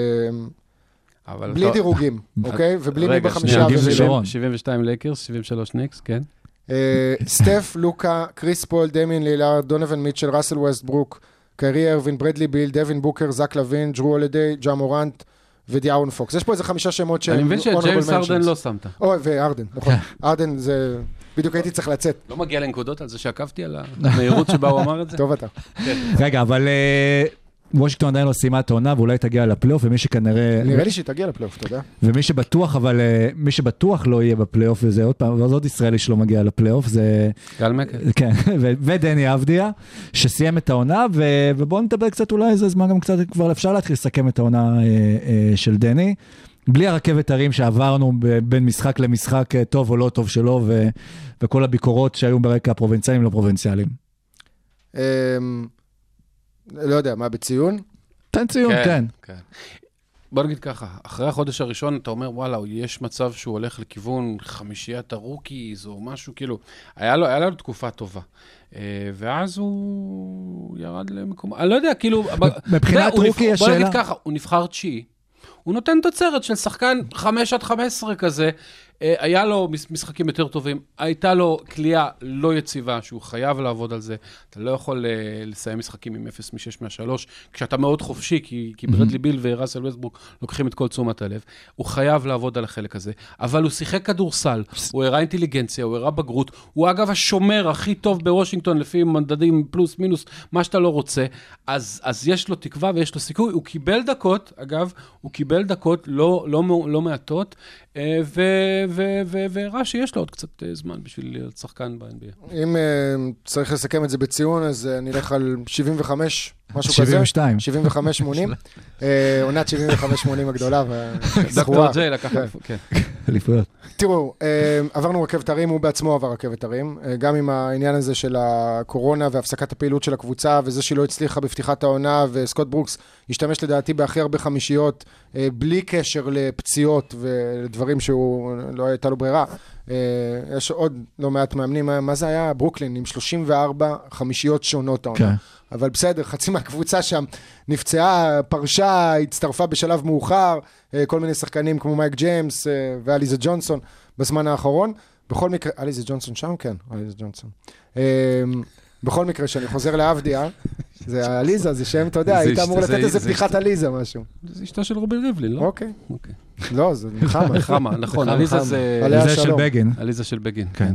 בלי דירוגים, אוקיי? ובלי מי בחמישייה. 72 לייקרס, 73 ניקס, כן. סטף, לוקה, קריס פול, דמיין לילארד, דונוון מיטשל, ראסל ווסטברוק, קיירי ארווין, ברדלי ביל, דווין בוקר, זק לוין, ג'רו הולידיי, ג'ה מורנט ודיארון פוקס. יש פה איזה 5 שמות שהם... אני מבין שג'יימס ארדן לא שמת. וארדן, נכון. ארדן זה... בדיוק הייתי צריך לצאת. לא מגיע לנקודות על זה שעקבתי על המהירות שבה הוא אמר את זה? טוב אתה. רגע, אבל וושינגטון עדיין לא סיימה את העונה, ואולי תגיע לפלייאוף, ומי שכנראה... נראה לי שהיא תגיע לפלייאוף, אתה יודע. ומי שבטוח, אבל מי שבטוח לא יהיה בפלייאוף, וזה עוד פעם, ועוד ישראלי שלא מגיע לפלייאוף, זה... גל מקל. כן, ודני אבדיה, שסיים את העונה, ובואו נדבר קצת, אולי זה זמן גם קצת, כבר אפשר להתחיל לסכם את העונה של דני, בלי הרכבת הרים שעברנו בין משחק למשחק, טוב או לא טוב שלו, וכל הביקורות שהיו ברקע הפרובינציאליים לא פרובינציאליים. לא יודע, מה בציון? תן ציון, כן. בוא נגיד ככה, אחרי החודש הראשון אתה אומר, וואלה, יש מצב שהוא הולך לכיוון חמישיית הרוקיז או משהו, כאילו, היה לו תקופה טובה. ואז הוא ירד למקום, אני לא יודע, כאילו, מבחינת רוקי יש שאלה. בוא נגיד ככה, הוא נבחר תשיעי, הוא נותן תוצרת של שחקן 5-15 כזה, היה לו משחקים יותר טובים, הייתה לו כלייה לא יציבה, שהוא חייב לעבוד על זה, אתה לא יכול לסיים משחקים עם 0 מ-6 מה-3, כשאתה מאוד חופשי, כי ברדלי ביל וראסל ווסטברוק לוקחים את כל תשומת הלב, הוא חייב לעבוד על החלק הזה, אבל הוא שיחק כדורסל, הוא הראה אינטליגנציה, הוא הראה בגרות, הוא אגב השומר הכי טוב בוושינגטון, לפי מדדים פלוס מינוס, מה שאתה לא רוצה, אז יש לו תקווה ויש לו סיכוי, הוא קיבל דקות, אגב, הוא קיבל דקות לא מעטות, והראה שיש לו עוד קצת זמן בשביל להיות שחקן ב-NBA. אם צריך לסכם את זה בציון, אז נלך על 75, משהו 72. כזה. 75-80. עונת 75-80 הגדולה. דוקטור ג'יי לקח אליפויות. תראו, עברנו רכבת הרים, הוא בעצמו עבר רכבת הרים, גם עם העניין הזה של הקורונה והפסקת הפעילות של הקבוצה, וזה שלא הצליחה בפתיחת העונה, וסקוט ברוקס השתמש לדעתי בהכי הרבה חמישיות, בלי קשר לפציעות ולדברים שהוא לא הייתה לו ברירה. יש עוד לא מעט מאמנים, מה זה היה? ברוקלין, עם 34 חמישיות שונות העונה. אבל בסדר, חצי מהקבוצה שם נפצעה, פרשה, הצטרפה בשלב מאוחר, כל מיני שחקנים כמו מייק ג'יימס ואליזה ג'ונסון בזמן האחרון. בכל מקרה, אליזה ג'ונסון שם? כן, אליזה ג'ונסון. בכל מקרה, שאני חוזר לאבדיה, זה אליזה, זה שם, אתה יודע, היית אמור לתת איזה פתיחת אליזה משהו. זה אשתו של רובי ריבלין, לא? אוקיי. לא, זה נחמה. נחמה, נכון, אליזה זה... אליזה של בגין. אליזה של בגין, כן.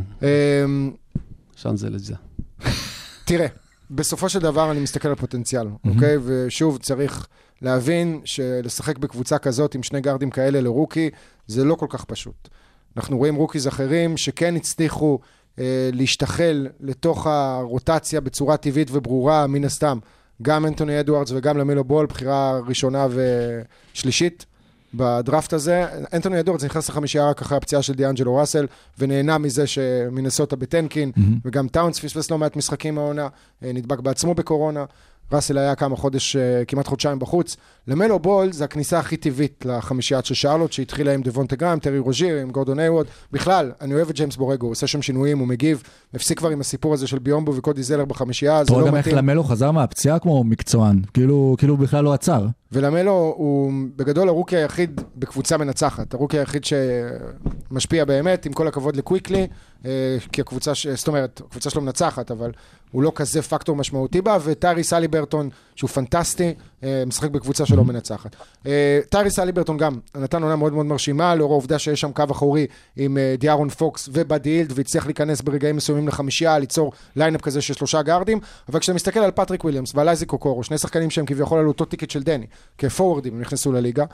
שם זה אליזה. תראה, בסופו של דבר אני מסתכל על פוטנציאל, אוקיי? ושוב, צריך להבין שלשחק בקבוצה כזאת עם 2 גארדים כאלה לרוקי, זה לא כל כך פשוט. אנחנו רואים רוקיז אחרים שכן הצליחו להשתחל לתוך הרוטציה בצורה טבעית וברורה, מן הסתם, גם אנטוני אדוארדס וגם למלו בול, בחירה ראשונה ושלישית בדראפט הזה. אנטוני אדוארדס נכנס לחמישייה רק אחרי הפציעה של דיאנג'לו ראסל, ונהנה מזה שמנסוטה בטנקין, וגם טאונס פספס לא מעט משחקים מהעונה, נדבק בעצמו בקורונה, ראסל היה כמה חודש, כמעט חודשיים בחוץ. למלו בול זה הכניסה הכי טבעית לחמישיית של שרלוט, שהתחילה עם דוונטה גרם, טרי רוז'יר, עם גורדון איווד. בכלל, אני אוהב את ג'יימס בורגו, הוא עושה שם שינויים, הוא מגיב, הפסיק כבר עם הסיפור הזה של ביומבו וקודי זלר בחמישייה, זה לא מתאים. איך למלו חזר מהפציעה כמו מקצוען, כאילו בכלל לא עצר. ולמלו הוא בגדול הרוקי היחיד בקבוצה מנצחת, הרוקי היחיד שמשפיע באמת, עם כל הכבוד לקוויקלי, כי הקבוצה, זאת אומרת, הקבוצה שלו מנצחת, אבל הוא לא כזה פקטור משמעותי בה, וטייריס הליברטון, שהוא פנטסטי, משחק בקבוצה שלו מנצחת. טייריס הליברטון גם נתן עונה מאוד מאוד מרשימה, לאור העובדה שיש שם קו אחורי עם דיארון פוקס ובאדי הילד, והצליח להיכנס ברגעים מסוימים לחמישייה, ליצור ליינאפ כזה של 3 גארדים, אבל כשאתה מסתכל על פטריק וויליאמס ועל אייזיק אוקורו, שני שחקנים שהם כביכול על אותו טיקט של דני, כפורורדים, הם נכנסו לליגה,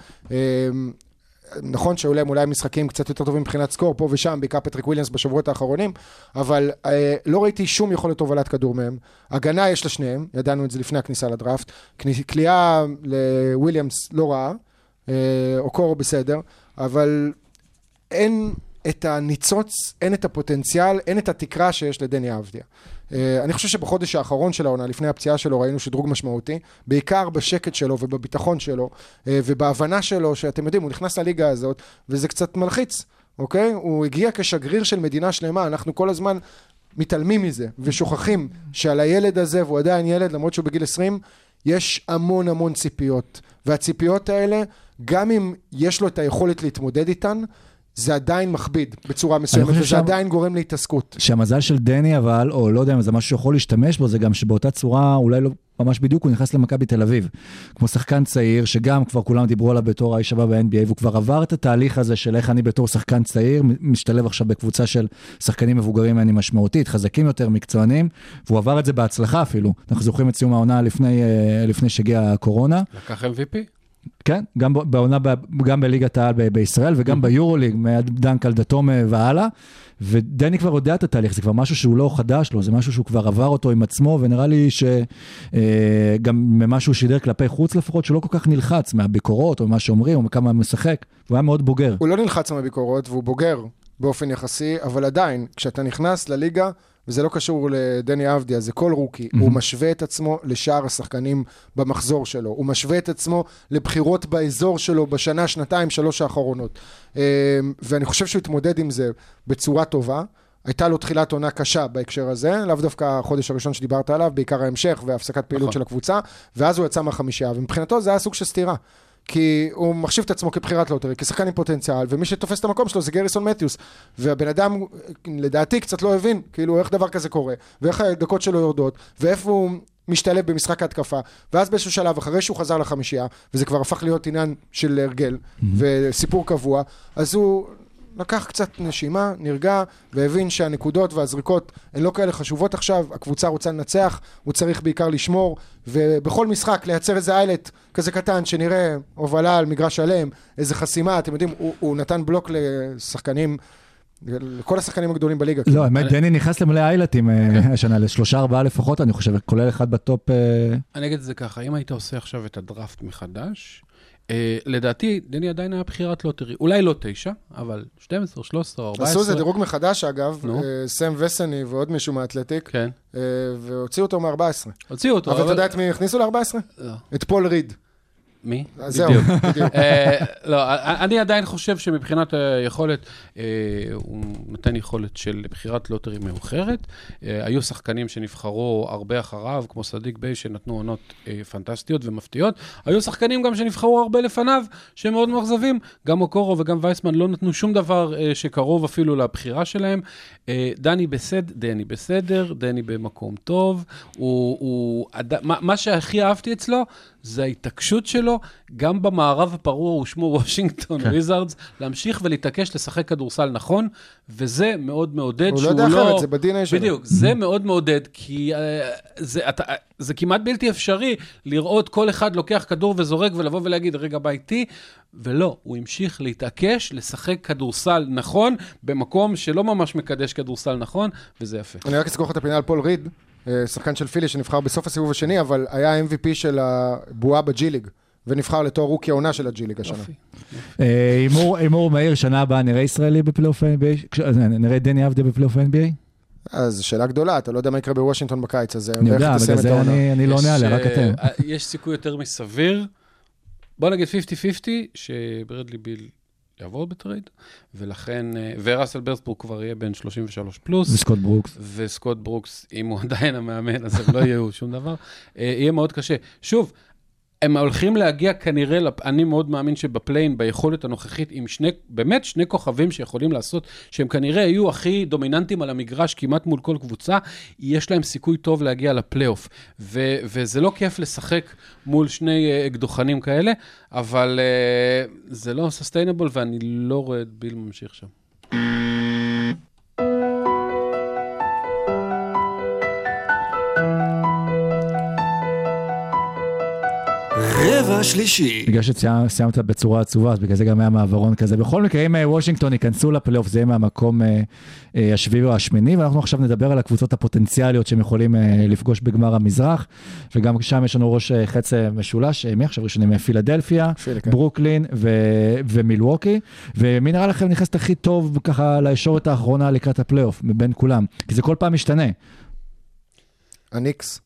נכון שאולי אולי משחקים קצת יותר טובים מבחינת סקור, פה ושם, בעיקר פטריק וויליאמס בשבועות האחרונים, אבל לא ראיתי שום יכולת הובלת כדור מהם. הגנה יש לשניהם, ידענו את זה לפני הכניסה לדראפט, קליעה לוויליאמס לא רעה, אוקורו בסדר, אבל אין את הניצוץ, אין את הפוטנציאל, אין את התקרה שיש לדני אבדיה. אני חושב שבחודש האחרון של העונה, לפני הפציעה שלו, ראינו שדרוג משמעותי, בעיקר בשקט שלו ובביטחון שלו, ובהבנה שלו, שאתם יודעים, הוא נכנס לליגה הזאת, וזה קצת מלחיץ, אוקיי? הוא הגיע כשגריר של מדינה שלמה, אנחנו כל הזמן מתעלמים מזה, ושוכחים שעל הילד הזה, והוא עדיין ילד, למרות שהוא בגיל 20, יש המון המון ציפיות, והציפיות האלה, גם אם יש לו את היכולת להתמודד איתן, זה עדיין מכביד בצורה מסוימת, וזה עדיין גורם להתעסקות. שהמזל של דני אבל, או לא יודע אם זה משהו שיכול להשתמש בו, זה גם שבאותה צורה, אולי לא ממש בדיוק, הוא נכנס למכבי בתל אביב. כמו שחקן צעיר, שגם כבר כולם דיברו עליו בתור האיש הבא ב-NBA, והוא כבר עבר את התהליך הזה של איך אני בתור שחקן צעיר, משתלב עכשיו בקבוצה של שחקנים מבוגרים ממני משמעותית, חזקים יותר, מקצוענים, והוא עבר את זה בהצלחה אפילו. אנחנו זוכרים את סיום העונה לפני שהגיעה הקורונה. לקח MVP? כן, גם בעונה, גם בליגת העל בישראל, וגם ביורוליג, מדנק על דתום והלאה, ודני כבר יודע את התהליך, זה כבר משהו שהוא לא חדש לו, זה משהו שהוא כבר עבר אותו עם עצמו, ונראה לי שגם ממשהו שידר כלפי חוץ לפחות, שלא כל כך נלחץ מהביקורות, או ממה שאומרים, או מכמה משחק, הוא היה מאוד בוגר. הוא לא נלחץ מהביקורות, והוא בוגר באופן יחסי, אבל עדיין, כשאתה נכנס לליגה, וזה לא קשור לדני אבדיה, זה כל רוקי, הוא משווה את עצמו לשאר השחקנים במחזור שלו, הוא משווה את עצמו לבחירות באזור שלו בשנה, שנתיים, 3 האחרונות, ואני חושב שהוא התמודד עם זה בצורה טובה, הייתה לו תחילת עונה קשה בהקשר הזה, לאו דווקא החודש הראשון שדיברת עליו, בעיקר ההמשך והפסקת פעילות של הקבוצה, ואז הוא יצא מהחמישייה, ומבחינתו זה היה סוג של סתירה. כי הוא מחשיב את עצמו כבחירת לוטרי, כשחקן עם פוטנציאל, ומי שתופס את המקום שלו זה גריסון מתיוס, והבן אדם, לדעתי, קצת לא הבין, כאילו, איך דבר כזה קורה, ואיך הדקות שלו יורדות, ואיפה הוא משתלב במשחק ההתקפה, ואז באיזשהו שלב, אחרי שהוא חזר לחמישייה, וזה כבר הפך להיות עניין של הרגל, וסיפור קבוע, אז הוא לקח קצת נשימה, נרגע, והבין שהנקודות והזריקות הן לא כאלה חשובות עכשיו, הקבוצה רוצה לנצח, הוא צריך בעיקר לשמור, ובכל משחק לייצר איזה איילט כזה קטן, שנראה הובלה על מגרש שלם, איזה חסימה, אתם יודעים, הוא נתן בלוק לשחקנים, לכל השחקנים הגדולים בליגה. לא, האמת, דני נכנס למלא איילטים השנה, ל3-4 לפחות, אני חושב, כולל אחד בטופ. אני אגיד את זה ככה, אם היית עושה עכשיו את הדראפט מחדש, לדעתי, דני עדיין היה בחירת לוטרי, אולי לא 9, אבל 12, 13, 14. עשו זה דירוג מחדש אגב, סם וסני ועוד מישהו מהאתלטיק, והוציאו אותו מ-14. הוציאו אותו. אבל אתה יודע את מי הכניסו ל-14? לא. את פול ריד. מי? זהו, בדיוק. לא, אני עדיין חושב שמבחינת היכולת, הוא נתן יכולת של בחירת לוטרי מאוחרת. היו שחקנים שנבחרו הרבה אחריו, כמו סדיק ביי, שנתנו עונות פנטסטיות ומפתיעות. היו שחקנים גם שנבחרו הרבה לפניו, שהם מאוד מאכזבים. גם אוקורו וגם וייסמן לא נתנו שום דבר שקרוב אפילו לבחירה שלהם. דני בסדר, דני במקום טוב. מה שהכי אהבתי אצלו, זה ההתעקשות שלו, גם במערב הפרוע ושמו וושינגטון וויזארדס, להמשיך ולהתעקש לשחק כדורסל נכון, וזה מאוד מעודד. הוא לא יודע אחרת, זה בדינה שלו. בדיוק, זה מאוד מעודד, כי זה כמעט בלתי אפשרי לראות כל אחד לוקח כדור וזורק ולבוא ולהגיד, רגע בא איתי, ולא, הוא המשיך להתעקש, לשחק כדורסל נכון, במקום שלא ממש מקדש כדורסל נכון, וזה יפה. אני רק אסגור את הפינה על פול ריד, שחקן של פילי שנבחר בסוף הסיבוב השני, אבל היה MVP של הבועה בג'י-ליג, ונבחר לתואר רוקי העונה של הג'י-ליג השנה. אימור מהיר, שנה הבאה נראה ישראלי בפלייאוף NBA? נראה דני אבדיה בפלייאוף NBA? אז שאלה גדולה, אתה לא יודע מה יקרה בוושינגטון בקיץ הזה. אני יודע, בגלל זה אני לא עונה עליה, רק אתם. יש סיכוי יותר מסביר, בוא נגיד 50-50, שברדלי ביל יעבור בטרייד, ולכן, וראסל ברסבורג כבר יהיה בין 33 פלוס. וסקוט ברוקס, אם הוא עדיין המאמן, אז הם לא יהיו שום דבר. יהיה מאוד קשה. שוב, הם הולכים להגיע כנראה, אני מאוד מאמין שבפליין, ביכולת הנוכחית, עם באמת שני כוכבים שיכולים לעשות, שהם כנראה יהיו הכי דומיננטיים על המגרש, כמעט מול כל קבוצה, יש להם סיכוי טוב להגיע לפלייאוף. וזה לא כיף לשחק מול שני אקדוחנים כאלה, אבל זה לא סוסטיינבול, ואני לא רואה את ביל ממשיך שם. רבע שלישי. בגלל שסיימת בצורה עצובה, אז בגלל זה גם היה מעברון כזה. בכל מקרה, אם וושינגטון ייכנסו לפלייאוף, זה יהיה מהמקום השביעי או השמיני, ואנחנו עכשיו נדבר על הקבוצות הפוטנציאליות שהם יכולים לפגוש בגמר המזרח, וגם שם יש לנו ראש חץ משולש, מי עכשיו ראשונים? פילדלפיה, ברוקלין ומילווקי, ומי נראה לכם נכנסת הכי טוב ככה לישורת האחרונה לקראת הפלייאוף, מבין כולם? כי זה כל פעם משתנה. הניקס.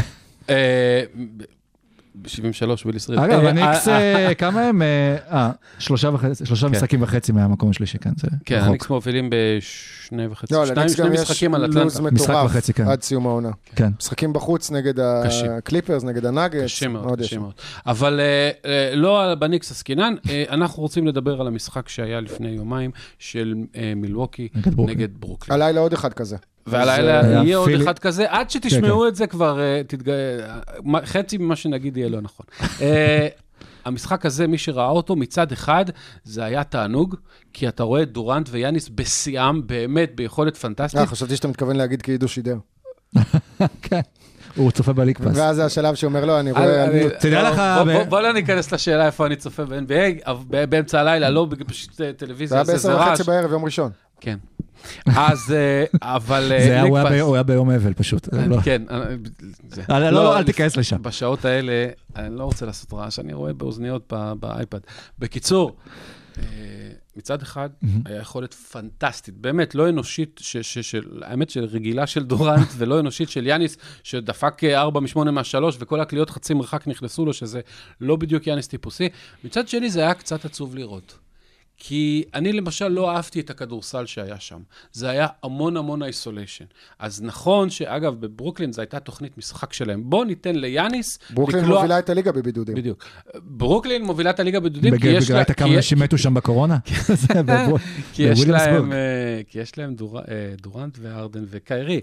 ב-73 וויל ישראל. אגב, הניקס, כמה הם? 3 משחקים וחצי מהמקום השלישי כאן. כן, הניקס מובילים בשני וחצי. לא, לניקס גם יש לוז מטורף עד סיום העונה. משחקים בחוץ נגד הקליפרס, נגד הנאגטס. קשה מאוד, קשה מאוד. אבל לא בניקס הסקינן, אנחנו רוצים לדבר על המשחק שהיה לפני יומיים של מילווקי נגד ברוקלין. הלילה עוד אחד כזה. והלילה יהיה עוד אחד כזה, עד שתשמעו את זה כבר, חצי ממה שנגיד יהיה לא נכון. המשחק הזה, מי שראה אותו מצד אחד, זה היה תענוג, כי אתה רואה דורנט ויאניס בשיאם, באמת ביכולת פנטסטית. חשבתי שאתה מתכוון להגיד כי עידו שידר. כן. הוא צופה בליקפס. ואז זה השלב שאומר לו, אני רואה... תדע לך... בוא לא ניכנס לשאלה איפה אני צופה ב-NBA, באמצע הלילה, לא פשוט טלוויזיה, זה רעש. זה היה ב10:30 יום ראשון. כן. אז, אבל... הוא היה ביום אבל פשוט. כן. לא, אל תיכנס לשם. בשעות האלה, אני לא רוצה לעשות רעש, אני רואה באוזניות באייפד. בקיצור, מצד אחד, היה יכולת פנטסטית, באמת לא אנושית, האמת של רגילה של דורנט, ולא אנושית של יאניס, שדפק 4-8 מה-3, וכל הקליות חצי מרחק נכנסו לו, שזה לא בדיוק יאניס טיפוסי. מצד שני, זה היה קצת עצוב לראות. כי אני למשל לא אהבתי את הכדורסל שהיה שם. זה היה המון איסוליישן. אז נכון שאגב, בברוקלין זו הייתה תוכנית משחק שלהם. בואו ניתן ליאניס... ברוקלין מובילה את הליגה בבידודים. בדיוק. ברוקלין מובילה את הליגה בבידודים, כי יש לה... כמה אנשים מתו שם בקורונה? כי יש להם דורנט וארדן וקיירי.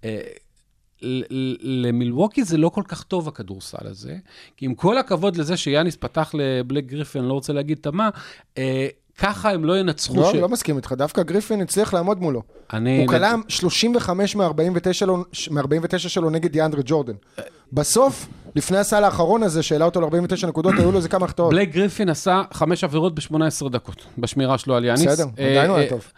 למילווקי זה לא כל כך טוב הכדורסל הזה, כי עם כל הכבוד לזה שיאניס פתח לבלק גריפין, אני לא רוצה להגיד תמה, ככה הם לא ינצחו. לא מסכים איתך, דווקא גריפין הצליח לעמוד מולו. הוא קלם 35 מ-49 שלו נגד דיאנדרה ג'ורדן. בסוף, לפני הסל האחרון הזה, שאלה אותו ל-49 נקודות, היו לו איזה כמה החטאות. בלק גריפין עשה 5 עבירות ב-18 דקות, בשמירה שלו על יאניס. בסדר, עדיין הוא היה טוב.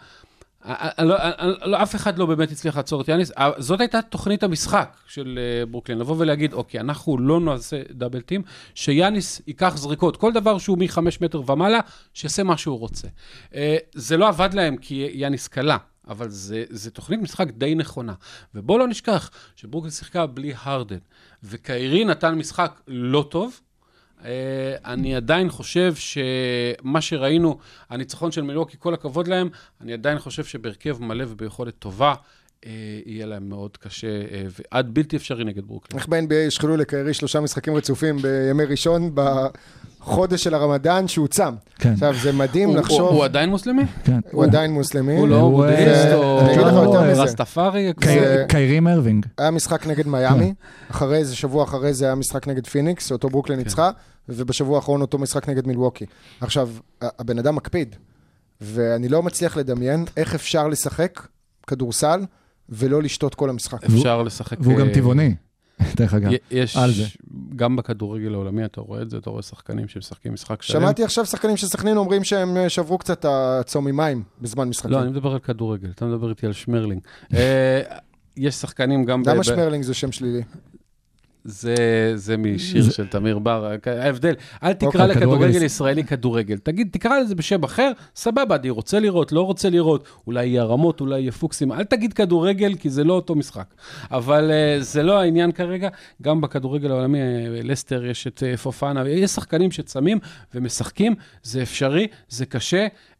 אף אחד לא באמת הצליח לעצור את יאניס. זאת הייתה תוכנית המשחק של ברוקלין, לבוא ולהגיד, אוקיי, אנחנו לא נעשה דאבל טים, שיאניס ייקח זריקות, כל דבר שהוא מ-5 מטר ומעלה, שיעשה מה שהוא רוצה. זה לא עבד להם כי יאניס קלה, אבל זה תוכנית משחק די נכונה. ובוא לא נשכח שברוקלין שיחקה בלי הרדן, וקיירי נתן משחק לא טוב, אני עדיין חושב שמה שראינו, הניצחון של מילווקי, כל הכבוד להם, אני עדיין חושב שברכב מלא וביכולת טובה, יהיה להם מאוד קשה, ועד בלתי אפשרי נגד ברוקלין. איך ב-NBA ישחלו לקיירי 3 משחקים רצופים בימי ראשון, בחודש של הרמדאן שהוא צם. עכשיו, זה מדהים לחשוב... הוא עדיין מוסלמי? כן. הוא עדיין מוסלמי. הוא לא בודהיסט או רסטפארי? קיירי מרווינג. היה משחק נגד מיאמי, אחרי זה, שבוע אחרי זה היה משחק נגד פיניקס, אותו ברוקלין ניצחה, ובשבוע האחרון אותו משחק נגד מילווקי. עכשיו, הבן אדם מקפיד, ואני לא מצליח לדמיין איך אפשר לשחק כדורסל ולא לשתות כל המשחק. אפשר לשחק... והוא גם טבעוני, דרך אגב, על זה. גם בכדורגל העולמי, אתה רואה את זה, אתה רואה שחקנים שמשחקים משחק שלם. שמעתי עכשיו שחקנים שסכנין אומרים שהם שברו קצת הצומי מים בזמן משחקים. לא, אני מדבר על כדורגל, אתה מדבר איתי על שמרלינג. יש שחקנים גם... למה שמרלינג זה שם שלילי? זה משיר של תמיר בר, ההבדל, אל תקרא לכדורגל ישראלי כדורגל, תקרא לזה בשם אחר, סבבה, אני רוצה לראות, לא רוצה לראות, אולי יהיה רמות, אולי יהיה פוקסים, אל תגיד כדורגל, כי זה לא אותו משחק, אבל זה לא העניין כרגע, גם בכדורגל העולמי, לסטר יש את פופאנה, יש שחקנים שצמים ומשחקים, זה אפשרי, זה קשה,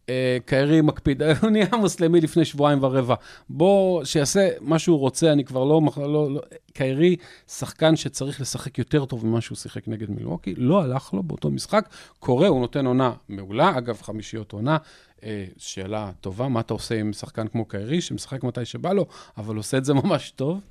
קיירי מקפיד, הוא נהיה מוסלמי לפני 2.25 שבועות. בוא, שיעשה מה שהוא רוצה, אני כבר לא, קיירי, שחקן שצריך לשחק יותר טוב ממה שהוא שיחק נגד מילווקי, לא הלך לו באותו משחק, קורה, הוא נותן עונה מעולה, אגב, 5 עונה, שאלה טובה, מה אתה עושה עם שחקן כמו קיירי, שמשחק מתי שבא לו, אבל עושה את זה ממש טוב.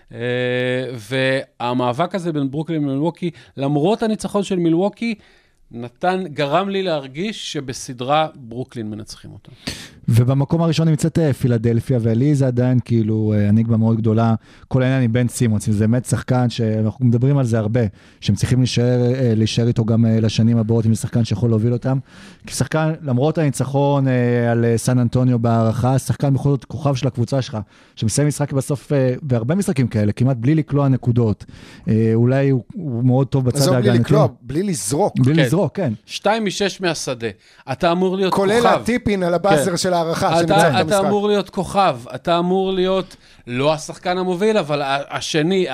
והמאבק הזה בין ברוקלין ומילווקי, למרות הניצחון של מילווקי, גרם לי להרגיש שבסדרה ברוקלין מנצחים אותה. ובמקום הראשון נמצאת פילדלפיה, ולי זה עדיין כאילו הנגבה מאוד גדולה, כל העניין עם בן סימונס, זה באמת שחקן שאנחנו מדברים על זה הרבה, שהם צריכים להישאר איתו גם לשנים הבאות, עם שחקן שיכול להוביל אותם, כי שחקן, למרות הניצחון על סן אנטוניו בהערכה, שחקן בכל זאת כוכב של הקבוצה שלך, שמסיים משחק בסוף, והרבה משחקים כאלה, כמעט בלי לקלוע נקודות, אולי הוא מאוד טוב בצד ההגנתי. בלי לקלוע, בלי לזרוק. בלי לזרוק, כן. 2 מ-6 מהשדה. אתה אמור להיות כוכב. כולל הטיפין על הבאזר של הערכה, שניצח את המשחק. אתה אמור להיות כוכב, אתה אמור להיות לא השחקן המוביל, אבל השני,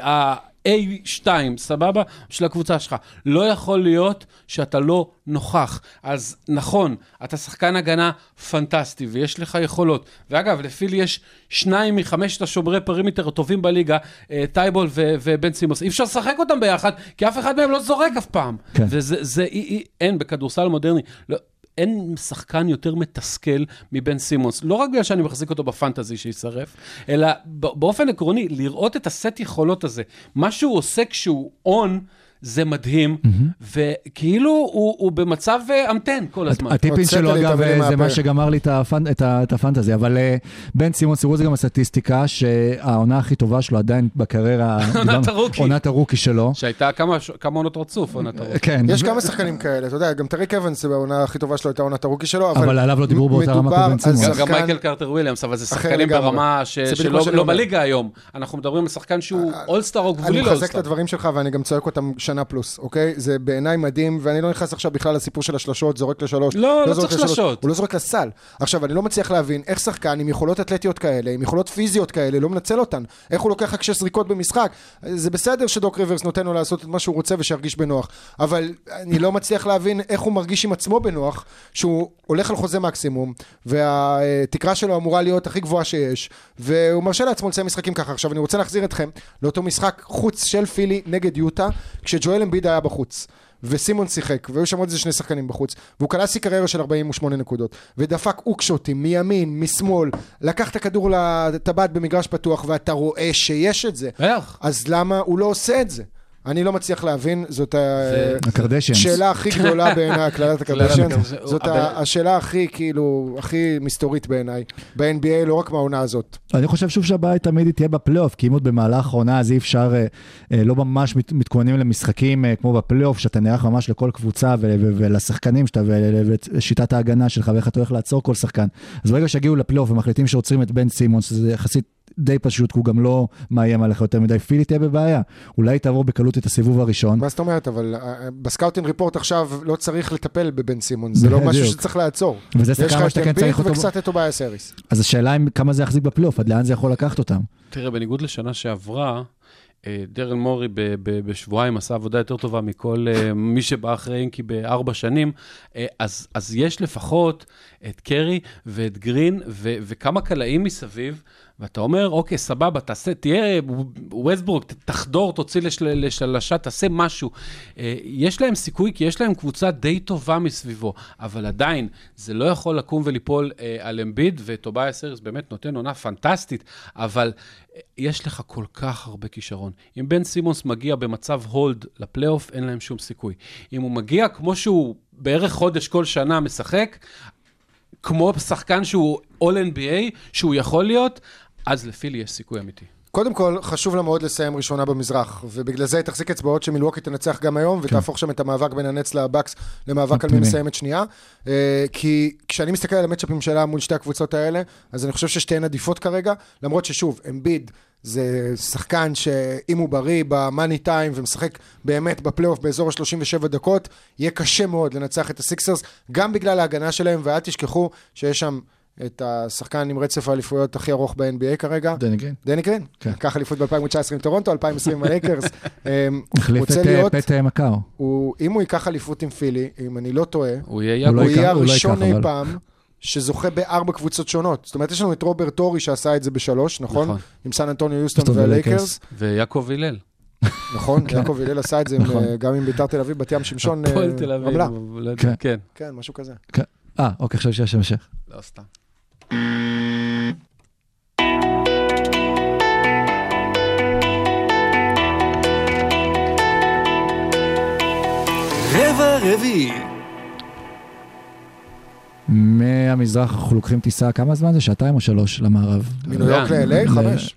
A2, סבבה, של הקבוצה שלך. לא יכול להיות שאתה לא נוכח. אז נכון, אתה שחקן הגנה פנטסטי, ויש לך יכולות. ואגב, לפילי יש 2 מ-5 השומרי פרימיטר הטובים בליגה, טייבול ובן סימוס. אי אפשר לשחק אותם ביחד, כי אף אחד מהם לא זורק אף פעם. כן. וזה אין בכדורסל מודרני. לא, אין שחקן יותר מתסכל מבן סימונס, לא רק בגלל שאני מחזיק אותו בפנטזי שישרף, אלא באופן עקרוני, לראות את הסט יכולות הזה, מה שהוא עושה כשהוא און, זה מדהים, וכאילו הוא במצב אמתן כל הזמן. הטיפין שלו, אגב, זה מה שגמר לי את הפנטזי, אבל בן סימונס, תראו זה גם הסטטיסטיקה, שהעונה הכי טובה שלו עדיין בקריירה, עונת הרוקי שלו. שהייתה כמה עונות רצוף, עונת הרוקי. כן. יש כמה שחקנים כאלה, אתה יודע, גם טריק אבנס בעונה הכי טובה שלו הייתה עונת הרוקי שלו, אבל עליו לא דיברו באותה רמה כמו בן סימונס. גם מייקל קרטר וויליאמס, אבל זה שחקנים ברמה שלא בליגה היום. אנחנו מדברים על שחקן שהוא אולסטאר או גבולי לאולסטאר. אני מחזק את הדברים שלך ואני גם צועק אותם שנה פלוס, אוקיי? זה בעיניי מדהים, ואני לא נכנס עכשיו בכלל לסיפור של השלשות, זורק לשלוש. לא צריך שלשות. הוא לא זורק לסל. עכשיו, אני לא מצליח להבין איך שחקן עם יכולות אתלטיות כאלה, עם יכולות פיזיות כאלה, לא מנצל אותן. איך הוא לוקח 6 זריקות במשחק? זה בסדר שדוק ריברס נותן לו לעשות את מה שהוא רוצה ושירגיש בנוח. אבל אני לא מצליח להבין איך הוא מרגיש עם עצמו בנוח, שהוא הולך על חוזה מקסימום, והתקרה שלו אמורה להיות הכי גבוהה שיש, והוא מרשה לעצמו לסיים משחקים ככה. עכשיו, אני רוצה להחזיר אתכם לאותו משחק חוץ של פילי נגד יוטה, כשג'ואל אמביד היה בחוץ, וסימון שיחק, והיו שם עוד איזה 2 שחקנים בחוץ, והוא קלע קריירה של 48 נקודות, ודפק אוקשוטים מימין, משמאל, לקח את הכדור לטבעת במגרש פתוח, ואתה רואה שיש את זה. אז למה הוא לא עושה את זה? אני לא מצליח להבין, זאת השאלה הכי גדולה בעיניי, הקללת הקרדשיאנס, זאת השאלה הכי, כאילו, הכי מסתורית בעיניי, ב-NBA, לא רק מהעונה הזאת. אני חושב שוב שהבית תמיד תהיה בפלייאוף, כי אם עוד במהלך העונה, אז אי אפשר, לא ממש מתכוננים למשחקים כמו בפלייאוף, שאתה נערך ממש לכל קבוצה ולשחקנים שאתה, ולשיטת ההגנה שלך, ואיך אתה הולך לעצור כל שחקן. אז ברגע שהגיעו לפלייאוף ומחליטים שעוצרים את בן סימונס, זה יחסית די פשוט, כי הוא גם לא מאיים עליך יותר מדי. פילי תהיה בבעיה. אולי תעבור בקלות את הסיבוב הראשון. מה זאת אומרת? אבל בסקאוטינג ריפורט עכשיו לא צריך לטפל בבן סימון. זה לא משהו שצריך לעצור. וזה שחקן שאתה כן צריך אותו. וקצת את טוביה סריס. אז השאלה היא כמה זה יחזיק בפלייאוף, עד לאן זה יכול לקחת אותם. תראה, בניגוד לשנה שעברה, דרן מורי בשבועיים עשה עבודה יותר טובה מכל מי שבא אחרי אינקי ב4 שנים, אז יש לפחות את קרי ואת גרין וכמה קלעים מסביב, ואתה אומר, אוקיי, סבבה, תהיה ווסטברוק, תחדור, תוציא לשלשה, תעשה משהו. יש להם סיכוי, כי יש להם קבוצה די טובה מסביבו, אבל עדיין, זה לא יכול לקום וליפול על אמביד, וטוביה סריס באמת נותן עונה פנטסטית, אבל יש לך כל כך הרבה כישרון. אם בן סימונס מגיע במצב הולד לפלייאוף, אין להם שום סיכוי. אם הוא מגיע כמו שהוא בערך חודש כל שנה משחק, כמו שחקן שהוא All-NBA, שהוא יכול להיות, אז לפילי יש סיכוי אמיתי. קודם כל, חשוב לה מאוד לסיים ראשונה במזרח, ובגלל זה תחזיק אצבעות שמילווקי תנצח גם היום, ותהפוך שם את המאבק בין הנץ לבקס למאבק על מי מסיימת שנייה, כי כשאני מסתכל על המצ'אפים שלה מול שתי הקבוצות האלה, אז אני חושב ששתיהן עדיפות כרגע, למרות ששוב, אמביד זה שחקן שאם הוא בריא במאני טיים ומשחק באמת בפלייאוף באזור ה-37 דקות, יהיה קשה מאוד לנצח את הסיקסרס, גם בגלל ההגנה שלהם, ואל תשכחו שיש שם את השחקן עם רצף האליפויות הכי ארוך ב-NBA כרגע. דני גרין. לקח אליפות ב-2019 עם טורונטו, 2020 עם הלייקרס. החליף את פט מקאו. אם הוא ייקח אליפות עם פילי, אם אני לא טועה, הוא יהיה הראשון אי פעם, שזוכה ב4 קבוצות שונות. זאת אומרת, יש לנו את רוברט טורי שעשה את זה ב3, נכון? עם סן אנטוניו יוסטון והלייקרס. ויעקב הלל. נכון, יעקב הלל עשה את זה גם עם ביתר תל אביב, בת ים שמשון רמלה. כן. כן, משהו כזה. אוקיי, עכשיו שיש המשך. לא סתם. רבע רביעי. מהמזרח אנחנו לוקחים טיסה, כמה זמן זה? 2 או 3 למערב? מניו יורק ל-LA, 5.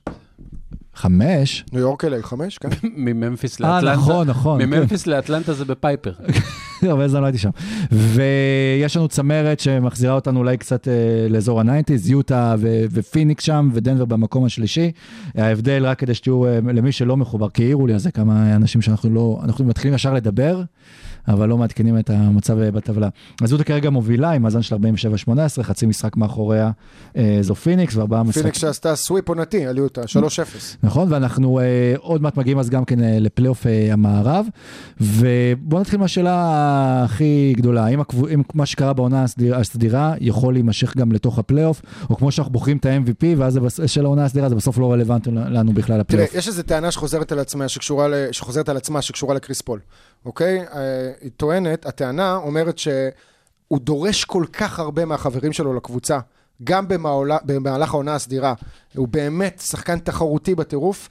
5? ניו יורק ל-LA, 5, כן. מממפיס לאטלנטה. נכון. מממפיס לאטלנטה זה בפייפר. הרבה זמן לא הייתי שם. ויש לנו צמרת שמחזירה אותנו אולי קצת לאזור ה-90s, יוטה ופיניקס שם, ודנבר במקום השלישי. ההבדל רק כדי שתהיו, למי שלא מחובר, כי העירו לי על זה כמה אנשים אנחנו מתחילים ישר לדבר, אבל לא מעדכנים את המצב בטבלה. אז יוטה כרגע מובילה עם מאזן של 47-18, חצי משחק מאחוריה זו פיניקס, וארבעה משחק... פיניקס שעשתה סוויפ עונתי על יוטה, 3-0. נכון, ואנחנו עוד מעט מגיעים אז גם כן לפלייאוף המערב, ובואו נתחיל מהשאלה הכי גדולה, האם מה שקרה בעונה הסדירה יכול להימשך גם לתוך הפלייאוף, או כמו שאנחנו בוחרים את ה-MVP, ואז של העונה הסדירה זה בסוף לא רלוונטי לנו בכלל הפלייאוף. תראה, יש איזו טענה שחוזרת על עצמה שקשורה לקריס פול, אוקיי? היא טוענת, הטענה אומרת שהוא דורש כל כך הרבה מהחברים שלו לקבוצה, גם במהלך העונה הסדירה. הוא באמת שחקן תחרותי בטירוף,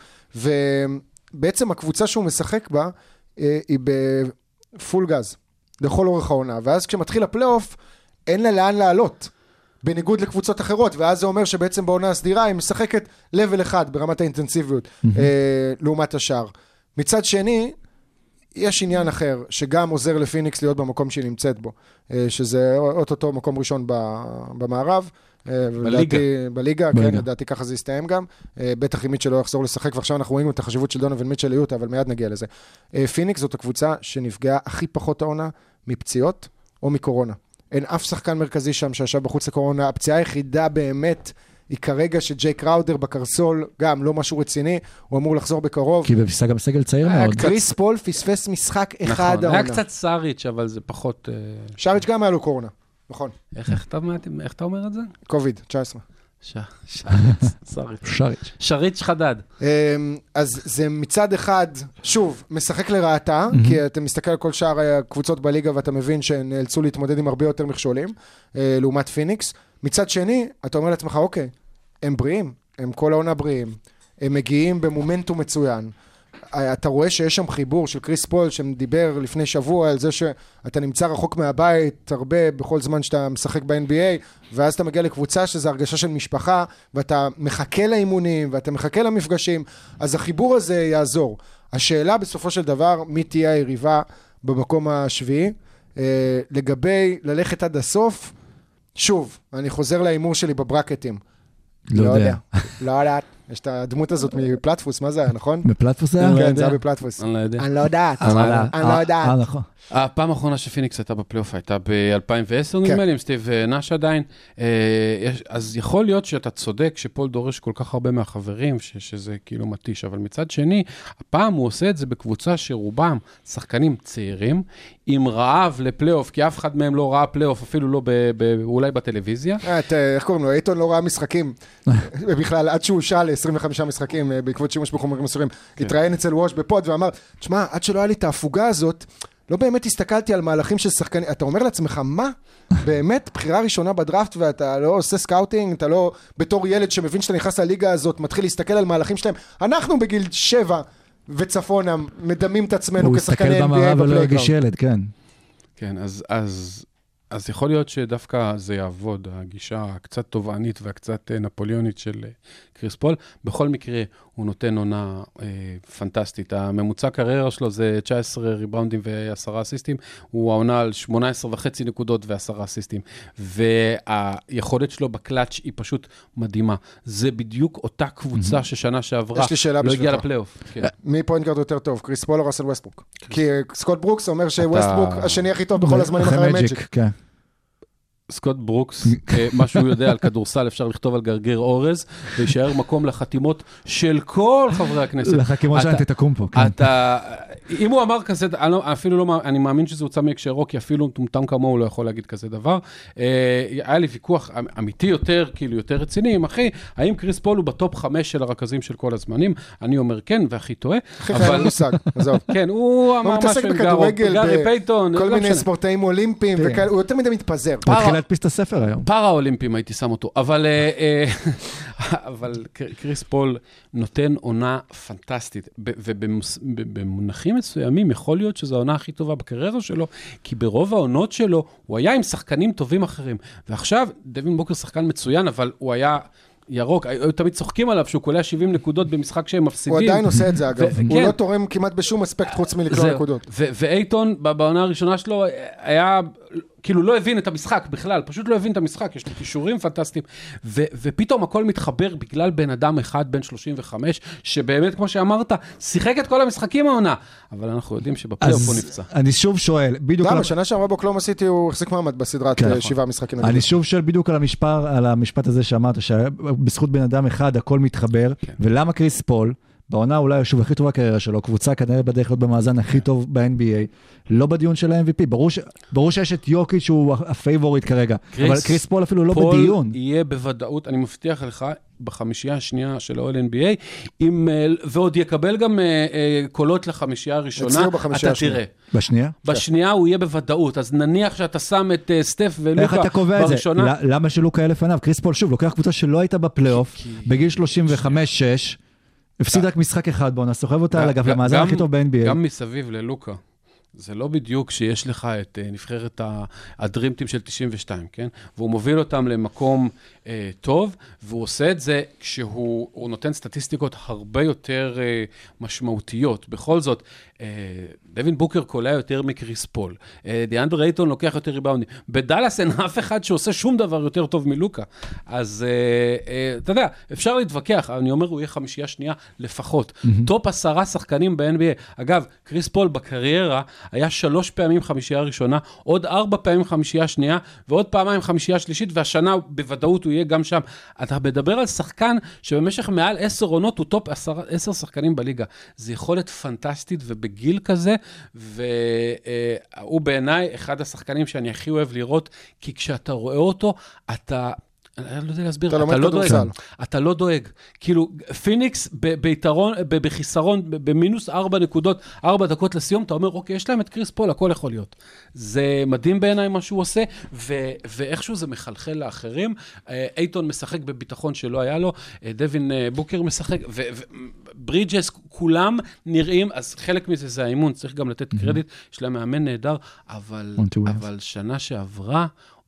ובעצם הקבוצה שהוא משחק בה, היא בפול גז, לכל אורך העונה. ואז כשמתחיל הפלייאוף, אין לה לאן לעלות, בניגוד לקבוצות אחרות, ואז זה אומר שבעצם בעונה הסדירה היא משחקת לבל אחד ברמת האינטנסיביות, לעומת השאר. מצד שני, יש עניין אחר, שגם עוזר לפיניקס להיות במקום שהיא נמצאת בו, שזה אותו מקום ראשון במערב, בליגה, כן, לדעתי ככה זה יסתיים גם, בטח עם מיטשל לא יחזור לשחק, ועכשיו אנחנו רואים את החשיבות של דונובין מיטשל ליוטה, אבל מיד נגיע לזה. פיניקס זאת הקבוצה שנפגעה הכי פחות העונה מפציעות או מקורונה. אין אף שחקן מרכזי שם שישב בחוץ לקורונה, הפציעה היחידה באמת היא כרגע שג'יי קראודר בקרסול, גם לא משהו רציני, הוא אמור לחזור בקרוב. כי בפיסה גם סגל צעיר מאוד. קריס פול פספס משחק אחד העונה. היה קצת סאריץ', אבל זה פחות... שריץ' גם היה לו קורונה, נכון. איך אתה אומר את זה? קוביד, 19. שריץ' חדד. אז זה מצד אחד, שוב, משחק לרעתה, כי אתה מסתכל על כל שאר הקבוצות בליגה, ואתה מבין שנאלצו להתמודד עם הרבה יותר מכשולים, לעומת פיניקס. מצד שני, אתה אומר לעצמך, אוקיי, הם בריאים, הם כל העונה בריאים, הם מגיעים במומנטום מצוין. אתה רואה שיש שם חיבור של קריס פול, שמדיבר לפני שבוע על זה שאתה נמצא רחוק מהבית הרבה בכל זמן שאתה משחק ב-NBA, ואז אתה מגיע לקבוצה שזו הרגשה של משפחה, ואתה מחכה לאימונים, ואתה מחכה למפגשים, אז החיבור הזה יעזור. השאלה בסופו של דבר, מי תהיה היריבה במקום השביעי, לגבי ללכת עד הסוף, שוב, אני חוזר לאימור שלי בברקטים. לא יודע. לא יודע. יש את הדמות הזאת מפלטפוס, מה זה היה, נכון? בפלטפוס היה? כן, זה היה בפלטפוס. אני לא יודע. אני לא יודעת. אני לא יודעת. נכון. הפעם האחרונה שפיניקס הייתה בפלייאוף הייתה ב-2010 נדמה לי, עם סטיב נאש עדיין. אז יכול להיות שאתה צודק שפול דורש כל כך הרבה מהחברים, שזה כאילו מתיש, אבל מצד שני, הפעם הוא עושה את זה בקבוצה שרובם שחקנים צעירים, עם רעב לפלייאוף, כי אף אחד מהם לא ראה פלייאוף, אפילו לא אולי בטלוויזיה. איך קוראים לו? אייטון לא ראה משחקים. בכלל, עד שהוא שאל 25 משחקים בעקבות שימוש בחומרים מסורים. התראיין אצל ווש בפוד ואמר, תשמע, עד שלא היה לי את ההפוגה הזאת, לא באמת הסתכלתי על מהלכים של שחקנים, אתה אומר לעצמך, מה? באמת, בחירה ראשונה בדראפט, ואתה לא עושה סקאוטינג, אתה לא, בתור ילד שמבין שאתה נכנס לליגה הזאת, מתחיל להסתכל על מהלכים שלהם. אנחנו בגיל 7 וצפונה, מדמים את עצמנו כשחקני NBA בפלייגראונד. הוא הסתכל במראה ולא הרגיש ילד, כן. כן, אז יכול להיות שדווקא זה יעבוד, הגישה הקצת תובענית והקצת נפוליונית של קריס פול. בכל מקרה, הוא נותן עונה פנטסטית. הממוצע קריירה שלו זה 19 ריבאונדים ו10 אסיסטים, הוא העונה על 18.5 נקודות ו10 אסיסטים, והיכולת שלו בקלאץ' היא פשוט מדהימה. זה בדיוק אותה קבוצה ששנה שעברה לא הגיעה לפלייאוף. מי פוינט גארד יותר טוב, קריס פול או ראסל ווסטברוק? כי סקוט ברוקס אומר שווסטברוק השני הכי טוב בכל הזמנים אחרי מג'יק. סקוט ברוקס, מה שהוא יודע על כדורסל, אפשר לכתוב על גרגר אורז, וישאר מקום לחתימות של כל חברי הכנסת. לחתימות שלהם תתקום פה. אם הוא אמר כזה, אפילו לא, אני מאמין שזה הוצא מהקשרו, כי אפילו מטומטם כמוהו לא יכול להגיד כזה דבר. היה לי ויכוח אמיתי יותר, כאילו יותר רציני, אחי, האם קריס פול הוא בטופ 5 של הרכזים של כל הזמנים? אני אומר כן, והכי טועה. הכי חייב מושג, עזוב. כן, הוא אמר משהו עם גארי פייטון. כל מיני ספורטאים אולימפיים, הוא יותר מדי מתפזר. הוא התחיל להדפיס את הספר היום. פארה-אולימפיים הייתי שם אותו, אבל קריס פול נותן עונה פנטסטית, ובמונחים מסוימים יכול להיות שזו העונה הכי טובה בקריירה שלו, כי ברוב העונות שלו הוא היה עם שחקנים טובים אחרים, ועכשיו דווין בוקר שחקן מצוין, אבל הוא היה ירוק, היו תמיד צוחקים עליו שהוא קולע 70 נקודות במשחק שהם מפסידים. הוא עדיין עושה את זה אגב, הוא לא תורם כמעט בשום אספקט חוץ מלקלוע נקודות. ואייטון בעונה הראשונה שלו היה, כאילו לא הבין את המשחק בכלל, פשוט לא הבין את המשחק, יש לו קישורים פנטסטיים, ופתאום הכל מתחבר בגלל בן אדם אחד, בן 35, שבאמת, כמו שאמרת, שיחק את כל המשחקים העונה, אבל אנחנו יודעים שבפלייאוף הוא נפצע. אני שוב שואל, בדיוק... למה, שנה שעברה באוקלהומה סיטי הוא החזיק מעמד בסדרת 7 משחקים. אני שוב שואל בדיוק על המשפט הזה שאמרת, שבזכות בן אדם אחד הכל מתחבר, ולמה קריס פול, בעונה אולי שוב הכי טובה הקריירה שלו, קבוצה כנראה בדרך להיות במאזן הכי טוב ב-NBA, לא בדיון של ה-MVP, ברור שיש את יוקיץ' שהוא הפייבוריט כרגע, אבל קריס פול אפילו לא בדיון. פול יהיה בוודאות, אני מבטיח לך, בחמישייה השנייה של ה-NBA, ועוד יקבל גם קולות לחמישייה הראשונה, אתה תראה. בשנייה? בשנייה הוא יהיה בוודאות, אז נניח שאתה שם את סטף ולוקה איך אתה קובע את זה? למה שלוקה יהיה לפניו? קריס פול שוב, לוקח קבוצה שלא הייתה בפלייאוף, בגיל 35-6, הפסיד רק משחק אחד בו, סוחב אותה אגב למאזן הכי טוב ב-NBA. גם מסביב ללוקה. זה לא בדיוק שיש לך את נבחרת הדרימטים של 92, כן? והוא מוביל אותם למקום טוב, והוא עושה את זה כשהוא נותן סטטיסטיקות הרבה יותר משמעותיות. בכל זאת, דווין בוקר קולע יותר מקריס פול. דיאנדרה אייטון לוקח יותר ריבאונדים. בדלס אין אף אחד שעושה שום דבר יותר טוב מלוקה. אז אתה יודע, אפשר להתווכח, אני אומר, הוא יהיה חמישייה שנייה לפחות. טופ 10 שחקנים ב-NBA. אגב, קריס פול בקריירה היה 3 פעמים חמישייה ראשונה, עוד 4 פעמים חמישייה שנייה, ועוד פעמיים חמישייה שלישית, והשנה בוודאות הוא יהיה גם שם. אתה מדבר על שחקן שבמשך מעל 10 עונות הוא טופ 10 שחקנים בליגה. זה יכולת פנטסטית ובגיל כזה, והוא בעיניי אחד השחקנים שאני הכי אוהב לראות, כי כשאתה רואה אותו, אני לא יודע להסביר, אתה לא דואג. כאילו, פיניקס ביתרון, בחיסרון, במינוס 4 נקודות, 4 דקות לסיום, אתה אומר, אוקיי, יש להם את קריס פול, הכל יכול להיות. זה מדהים בעיניי מה שהוא עושה, ואיכשהו זה מחלחל לאחרים. אייטון משחק בביטחון שלא היה לו, דווין בוקר משחק, וברידג'ס, כולם נראים, אז חלק מזה זה האימון, צריך גם לתת קרדיט, יש להם מאמן נהדר, אבל שנה שעברה,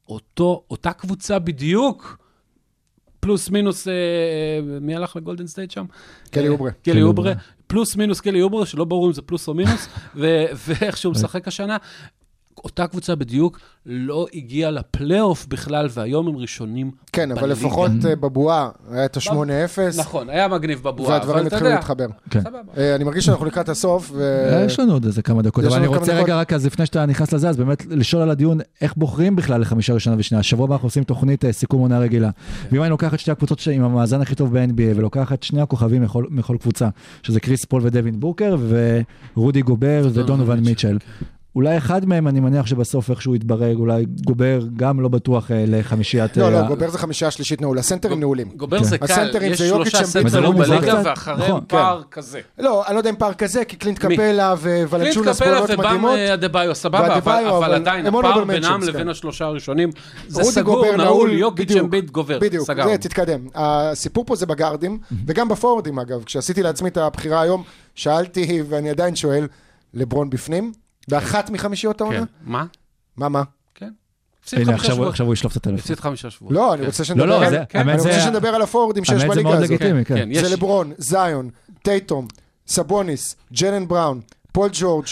אותה קבוצה בדיוק, פלוס מינוס, מי הלך לגולדן סטייט שם? קלי אוברה. פלוס מינוס קלי אוברה, שלא ברור אם זה פלוס או מינוס, ואיך שהוא משחק השנה, אותה קבוצה בדיוק לא הגיעה לפלייאוף בכלל, והיום הם ראשונים בליגה. כן, אבל לפחות בבועה, היה את ה-8-0. נכון, היה מגניב בבועה. והדברים התחילו להתחבר. אני מרגיש שאנחנו לקראת הסוף. יש לנו עוד איזה כמה דקות, אבל אני רוצה רגע רק אז לפני שאתה נכנס לזה, אז באמת לשאול על הדיון, איך בוחרים בכלל לחמישה ראשונה ושנייה. השבוע הבא אנחנו עושים תוכנית סיכום עונה רגילה. ואם אני לוקח את שתי הקבוצות עם המאזן הכי טוב ב-NBA, ולוקח את שני הכוכבים מכל קבוצה, שזה קריס פול ודווין בוקר, ורודי גובר ודונובל מיטשל. אולי אחד מהם, אני מניח שבסוף איכשהו יתברג, אולי גובר גם לא בטוח לחמישיית... לא, גובר זה חמישייה שלישית נעולה, הסנטרים נעולים. גובר זה קל, יש 3 סנטרים בליגה, ואחריהם פער כזה. לא, אני לא יודע אם פער כזה, כי קלינט קפלה וולנצ'ונס פעולות מדהימות. ובאם אדבאיו, סבבה, אבל עדיין, הפער בינם לבין השלושה הראשונים, זה סגור, נעול, יוקיץ' אמביט גובר. בדיוק, זה תתקדם. הסיפור פה זה בגארדים, וגם בפורדים אגב, כשעשיתי לעצמי את הבחירה היום, שאלתי, ואני עדיין שואל, לברון בפנים? באחת מחמישיות העונה? מה? מה? כן. הנה, עכשיו הוא ישלוף את הטלפון. הפסיד 5 שבועות. לא, אני רוצה שנדבר על הפורדים שיש בליגה הזאת. זה לברון, זיון, טייטום, סבוניס, ג'לן בראון, פול ג'ורג',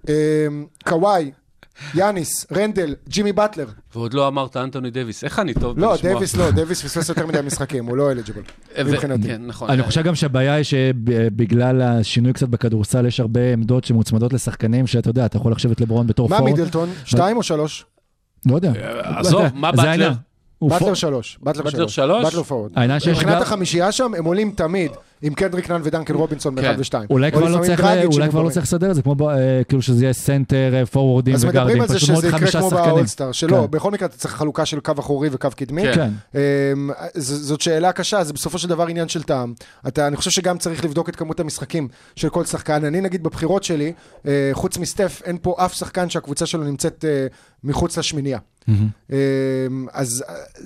קוואי, יאניס, רנדל, ג'ימי באטלר. ועוד לא אמרת אנטוני דוויס. איך אני טוב לא, דוויס פספס יותר מדי משחקים, הוא לא אליג'יבל. כן, נכון. אני חושב גם שהבעיה היא שבגלל השינוי קצת בכדורסל, יש הרבה עמדות שמוצמדות לשחקנים, שאתה יודע, אתה יכול לחשב את לברון בתור פורט. מה מידלטון? 2 או 3? לא יודע. עזוב, מה באטלר? באטלר 3. באטלר 3? באטלר פורוד. מבחינת החמישייה שם, הם עולים תמיד עם קנדריק נאן ודנקן רובינסון ב-1 ו-2. אולי כבר לא צריך לסדר את זה, כמו כאילו שזה יהיה סנטר, פורורדים וגארדים. אז מדברים על זה שזה יקרה כמו באולסטאר, שלא, בכל מקרה אתה צריך חלוקה של קו אחורי וקו קדמי. זאת שאלה קשה, זה בסופו של דבר עניין של טעם. אני חושב שגם צריך לבדוק את כמות המשחקים של כל שחקן. אני נגיד בבחירות שלי, חוץ מסטף, אין פה אף שחקן שהקבוצה שלו נמצאת מחוץ לשמינייה. אז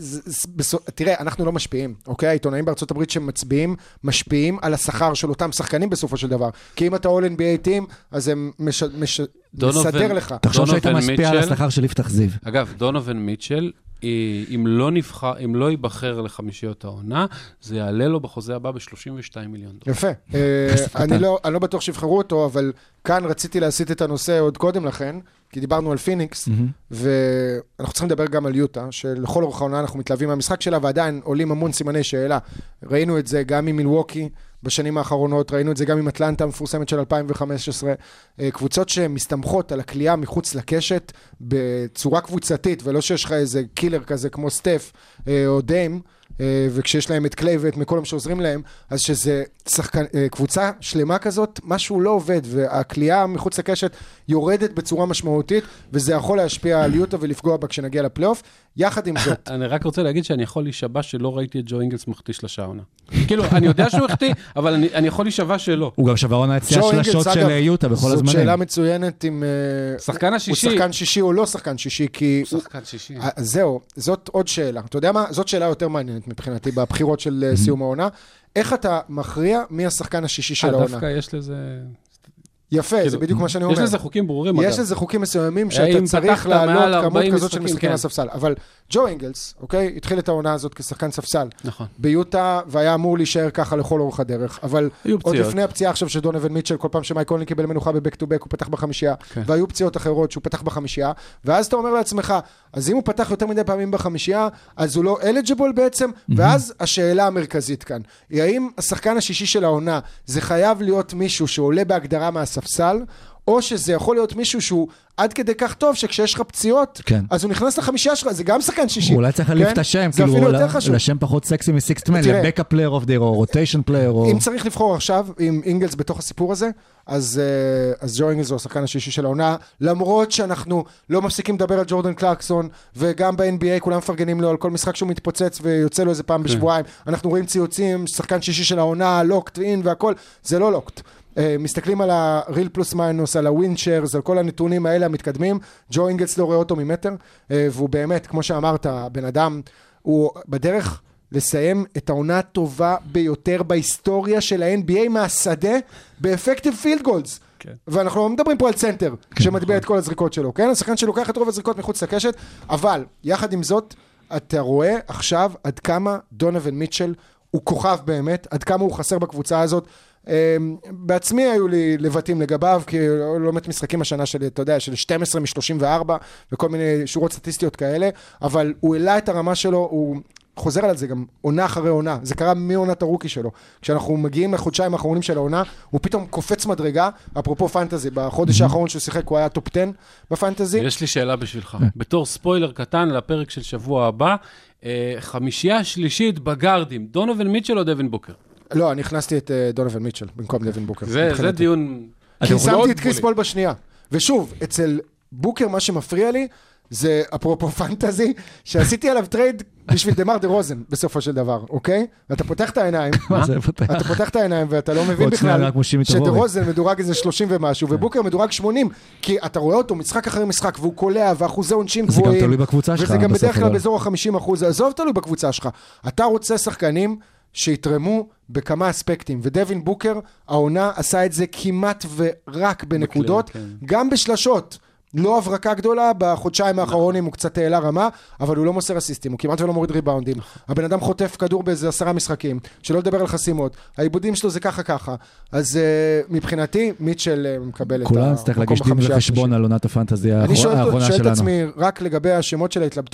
תראה, אנחנו לא משפיעים, אוקיי? העיתונאים בארצות הברית שמצביעים, משפיעים על השכר של אותם שחקנים בסופו של דבר. כי אם אתה All NBA טים, אז הם מסדר לך. תחשוב שהיית משפיע על השכר של יפתח זיו. אגב, דונובין מיטשל, אם לא ייבחר לחמישיות העונה, זה יעלה לו בחוזה הבא ב$32 מיליון. יפה. אני לא בטוח שיבחרו אותו, אבל כאן רציתי להסיט את הנושא עוד קודם לכן, כי דיברנו על פיניקס, ואנחנו צריכים לדבר גם על יוטה, שלכל אורך העונה אנחנו מתלהבים מהמשחק שלה, ועדיין עולים המון סימני שאלה. ראינו את זה גם עם מילווקי בשנים האחרונות, ראינו את זה גם עם אטלנטה המפורסמת של 2015, קבוצות שמסתמכות על הקליעה מחוץ לקשת, בצורה קבוצתית, ולא שיש לך איזה קילר כזה כמו סטף או דיים, וכשיש להם את קליי ואת מקולם שעוזרים להם, אז שזה קבוצה שלמה כזאת, משהו לא עובד, והקליעה מחוץ לקשת יורדת בצורה משמעותית, וזה יכול להשפיע על יוטה ולפגוע בה כשנגיע לפלייאוף. יחד עם זאת. אני רק רוצה להגיד שאני יכול להישבע שלא ראיתי את ג'ו אינגלס מחטיש לשעונה. כאילו, אני יודע שהוא מחטיא, אבל אני יכול להישבע שלא. הוא גם שבעונה הציעה שלשות של יוטה בכל הזמנים. זאת שאלה מצוינת אם שחקן השישי. הוא שחקן שישי או לא שחקן שישי, כי... הוא שחקן שישי. זהו, זאת עוד שאלה. אתה יודע מה? זאת שאלה יותר מעניינת מבחינתי בבחירות של סיום העונה. איך אתה מכריע מי השחקן השישי של העונה? דווקא יש לזה... יפה, זה בדיוק מה שאני אומר. יש לזה חוקים ברורים. יש לזה חוקים מסוימים שאתה צריך לעלות כמות כזאת של משחקים לספסל. אבל ג'ו אינגלס, אוקיי, התחיל את העונה הזאת כשחקן ספסל. נכון. ביוטה, והיה אמור להישאר ככה לכל אורך הדרך. אבל עוד לפני הפציעה עכשיו שדונובין מיטשל, כל פעם שמייק קונלי קיבל מנוחה בבק טו בק, הוא פתח בחמישייה, והיו פציעות אחרות שהוא פתח בחמישייה, ואז אתה אומר לעצמך, אז אם הוא פתח יותר מדי פעמים בחמישייה, אז הוא לא eligible בעצם, ואז השאלה המרכזית כאן, היא האם השחקן השישי של העונה, זה חייב להיות מישהו שעולה בהגדרה מהספסל, או שזה יכול להיות מישהו שהוא עד כדי כך טוב, שכשיש לך פציעות, אז הוא נכנס לחמישייה שלך, זה גם שחקן שישי. אולי צריך להחליף את השם, כאילו לשם פחות סקסי מסיקסט מן, לבקאפ פלייר אוף דיר, או רוטיישן פלייר, או... אם צריך לבחור עכשיו, עם אינגלס בתוך הסיפור הזה, אז ג'ו אינגלס הוא השחקן השישי של העונה, למרות שאנחנו לא מפסיקים לדבר על ג'ורדן קלרקסון, וגם ב-NBA כולם מפרגנים לו על כל משחק שהוא מתפוצץ, ויוצא לו איזה פעם בשבועיים, אנחנו רואים ציוצים, שחקן שישי של העונה, לוקט, אין והכל, זה לא לוקט. מסתכלים על הריל פלוס מיינוס, על הווינצ'רס, על כל הנתונים האלה המתקדמים, ג'ו אינגלס לא רואה אותו ממטר, והוא באמת, כמו שאמרת, בן אדם, הוא בדרך לסיים את העונה הטובה ביותר בהיסטוריה של ה-NBA מהשדה, באפקטיב פילד גולדס. ואנחנו לא מדברים פה על צנטר, שמטביע את כל הזריקות שלו, כן? השחקן שלוקח את רוב הזריקות מחוץ לקשת, אבל יחד עם זאת, אתה רואה עכשיו עד כמה דונובין מיטשל הוא כוכב באמת, עד כמה הוא חסר בקבוצה הזאת. בעצמי היו לי לבטים לגביו, כי לא מת משחקים השנה שלי, אתה יודע, של 12 מ-34, וכל מיני שורות סטטיסטיות כאלה, אבל הוא העלה את הרמה שלו, הוא חוזר על זה גם עונה אחרי עונה, זה קרה מעונת הרוקי שלו. כשאנחנו מגיעים לחודשיים האחרונים של העונה, הוא פתאום קופץ מדרגה, אפרופו פנטזי, בחודש האחרון שהוא שיחק, הוא היה טופ 10 בפנטזי. יש לי שאלה בשבילך. בתור ספוילר קטן לפרק של שבוע הבא, חמישייה שלישית בגארדים, דונובין מיטשל או דווין בוקר? לא, אני הכנסתי את דונובין מיטשל במקום דווין בוקר. זה דיון... כי שמתי את קריס פול בשנייה. ושוב, אצל בוקר מה שמפריע לי, זה אפרופו פנטזי, שעשיתי עליו טרייד בשביל דמר דה רוזן, בסופו של דבר, אוקיי? ואתה פותח את העיניים, אתה פותח את העיניים, ואתה לא מבין בכלל שדה רוזן מדורג איזה 30 ומשהו, ובוקר מדורג 80, כי אתה רואה אותו משחק אחרי משחק, והוא קולע, ואחוזי עונשין גבוהים, זה גם תלוי בקבוצה שלך. וזה גם בדרך כלל באזור ה-50%, עזוב תלוי בקבוצה שלך. אתה רוצה שחקנים שיתרמו בכמה אספקטים, ודווין בוקר, העונה עשה את זה כמעט ורק בנקודות, גם בשלשות. לא הברקה גדולה, בחודשיים האחרונים הוא קצת העלה רמה, אבל הוא לא מוסר אסיסטים, הוא כמעט ולא מוריד ריבאונדים. הבן אדם חוטף כדור באיזה 10 משחקים, שלא לדבר על חסימות. העיבודים שלו זה ככה. אז מבחינתי, מיטשל מקבל את המקום כולם צריך להגיש דין וחשבון על עונת הפנטזיה האחרונה שלנו. אני שואל את עצמי, רק לגבי השמות של ההתלבטות,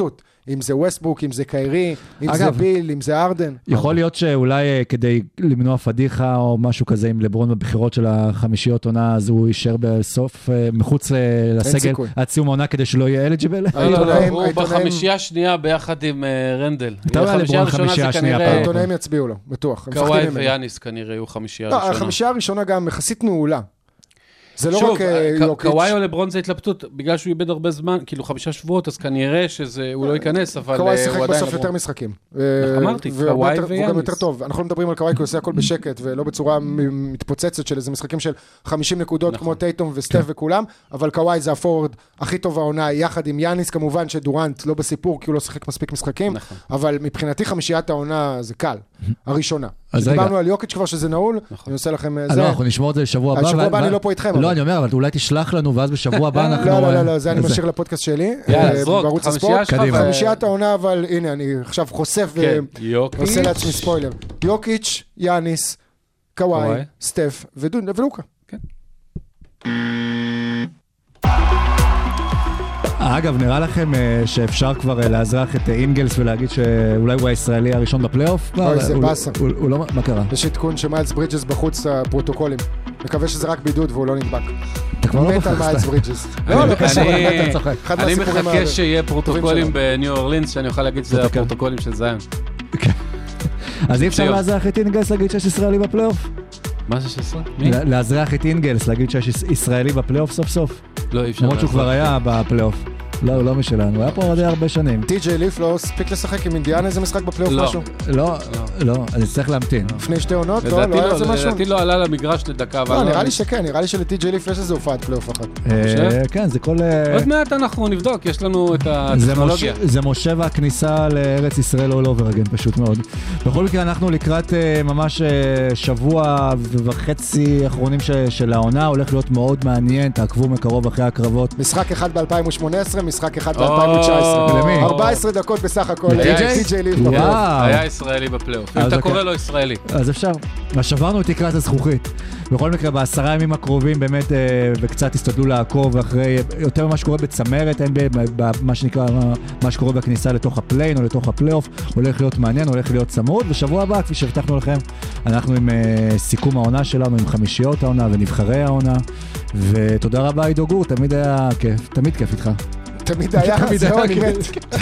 אם זה ווסטברוק, אם זה קיירי, אם אגב, זה ביל, אם זה ארדן. יכול להיות שאולי כדי למנוע פדיחה או משהו כזה עם לברון בבחירות של החמישיות עונה, אז הוא יישאר בסוף מחוץ לסגל עד סיום העונה כדי שלא יהיה אליג'יבל? הוא בחמישייה השנייה ביחד עם רנדל. אתה יודע לברון חמישייה השנייה. העיתונאים יצביעו לו, בטוח. קוואי ויאניס כנראה יהיו חמישייה ראשונה. החמישייה הראשונה גם יחסית מעולה. זה לא רק יוקיץ'. קוואי או לברון זה התלבטות, בגלל שהוא איבד הרבה זמן, כאילו 5 שבועות, אז כנראה שהוא לא ייכנס, אבל הוא עדיין קוואי שיחק בסוף יותר משחקים. אמרתי, קוואי והוא גם יותר טוב. אנחנו לא מדברים על קוואי, כי הוא עושה הכל בשקט, ולא בצורה מתפוצצת של איזה משחקים של 50 נקודות, כמו טייטום וסטף וכולם, אבל קוואי זה הפורד הכי טוב העונה, יחד עם יאניס, כמובן שדורנט לא בסיפור, כי הוא לא שיחק מספיק משחקים, אבל מבחינתי חמישיית העונה זה קל, הראשונה. דיברנו על יוקיץ' כבר שזה נעול, אני עושה לכם זה. לא, אנחנו נשמור את זה לשבוע הבא. השבוע הבא אני לא פה איתכם. לא, אני אומר, אבל אולי תשלח לנו, ואז בשבוע הבא אנחנו... לא, זה אני משאיר לפודקאסט שלי, בערוץ הספורט. חמישיית העונה, אבל הנה, אני עכשיו חושף ועושה לעצמי ספוילר. יוקיץ', יאניס, קוואי, סטף ולוקה. אגב, נראה לכם שאפשר כבר לאזרח את אינגלס ולהגיד שאולי הוא הישראלי הראשון בפלייאוף? אוי, זה בסה. מה קרה? יש עדכון שמיילס ברידג'ס בחוץ הפרוטוקולים. מקווה שזה רק בידוד והוא לא נדבק. אתה כבר לא מת על מיילס ברידג'ס. אני מחכה שיהיה פרוטוקולים בניו אורלינס, שאני אוכל להגיד שזה הפרוטוקולים של זיין. אז אי אפשר לאזרח את אינגלס להגיד שיש ישראלי בפלייאוף? מה זה 16? מי? לאזרח את אינגלס, להגיד שיש ישראלי בפלייאוף סוף סוף. לא, אי אפשר. למרות שהוא כבר היה בפלייאוף. לא משלנו, הוא היה פה די הרבה שנים. טי.ג'יי ליף לא הספיק לשחק עם אינדיאנה איזה משחק בפלייאוף משהו? לא, אני צריך להמתין. לפני 2 עונות? לא היה איזה משהו? לדעתי לא עלה למגרש לדקה. לא, נראה לי שכן, נראה לי שלטי.ג'יי ליף יש איזה הופעת פלייאוף אחת. כן, זה כל... עוד מעט אנחנו נבדוק, יש לנו את הטכנולוגיה. זה מושב הכניסה לארץ ישראל all over again, פשוט מאוד. בכל מקרה, אנחנו לקראת ממש שבוע וחצי אחרונים של העונה, הולך להיות מאוד מעניין, תעקבו מקרוב אחרי הקרבות. משחק אחד ב-2018, משחק אחד ב-2019. למי? 14 דקות בסך הכל. טי.ג'יי ליף. היה ישראלי בפלייאוף. אם אתה קורא לו ישראלי. אז אפשר. שברנו את תקרת הזכוכית. בכל מקרה, ב10 ימים הקרובים באמת, וקצת תסתדלו לעקוב אחרי, יותר ממה שקורה בצמרת, אין במה שנקרא, מה שקורה בכניסה לתוך הפליין או לתוך הפלייאוף, הולך להיות מעניין, הולך להיות צמוד, ושבוע הבא, כפי שהבטחנו לכם, אנחנו עם סיכום העונה שלנו, עם חמישיות העונה ונבחרי העונה, ותודה רבה עידו גור, תמיד היה כיף, תמיד כיף איתך. תמיד היה, זהו, אני מת.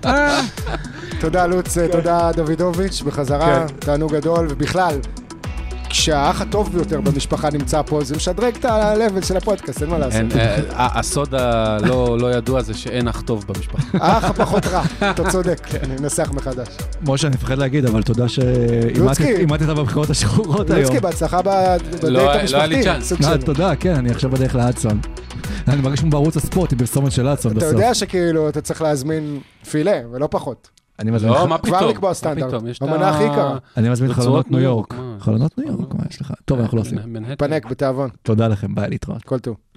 תודה לוץ, תודה דוידוביץ' בחזרה, תענוג גדול, ובכלל, כשהאח הטוב ביותר במשפחה נמצא פה, זה משדרג את הלבל של הפודקאסט, אין מה לעשות. הסוד הלא ידוע זה שאין אח טוב במשפחה. האח הפחות רע, אתה צודק, אני אנסח מחדש. משה, אני מפחד להגיד, אבל תודה שאימדת בבחירות השחורות היום. לוצקי, בהצלחה בדייט המשפחתי. לא היה לי צ'אנס. תודה, כן, אני עכשיו בדרך לאדסון. אני מרגיש בערוץ הספורט, היא בפרסומת של אדסון בסוף. אתה יודע שכאילו אתה צריך להזמין פילה, ולא פחות. אני מזמין לא, מה פתאום? כבר לקבוע סטנדרט, במנה הכי יקרה. אני מזמין חלונות ניו יורק. חלונות ניו יורק, מה יש לך? טוב, אנחנו לא עושים. פנק בתיאבון. תודה לכם, ביי, להתראות. כל טוב.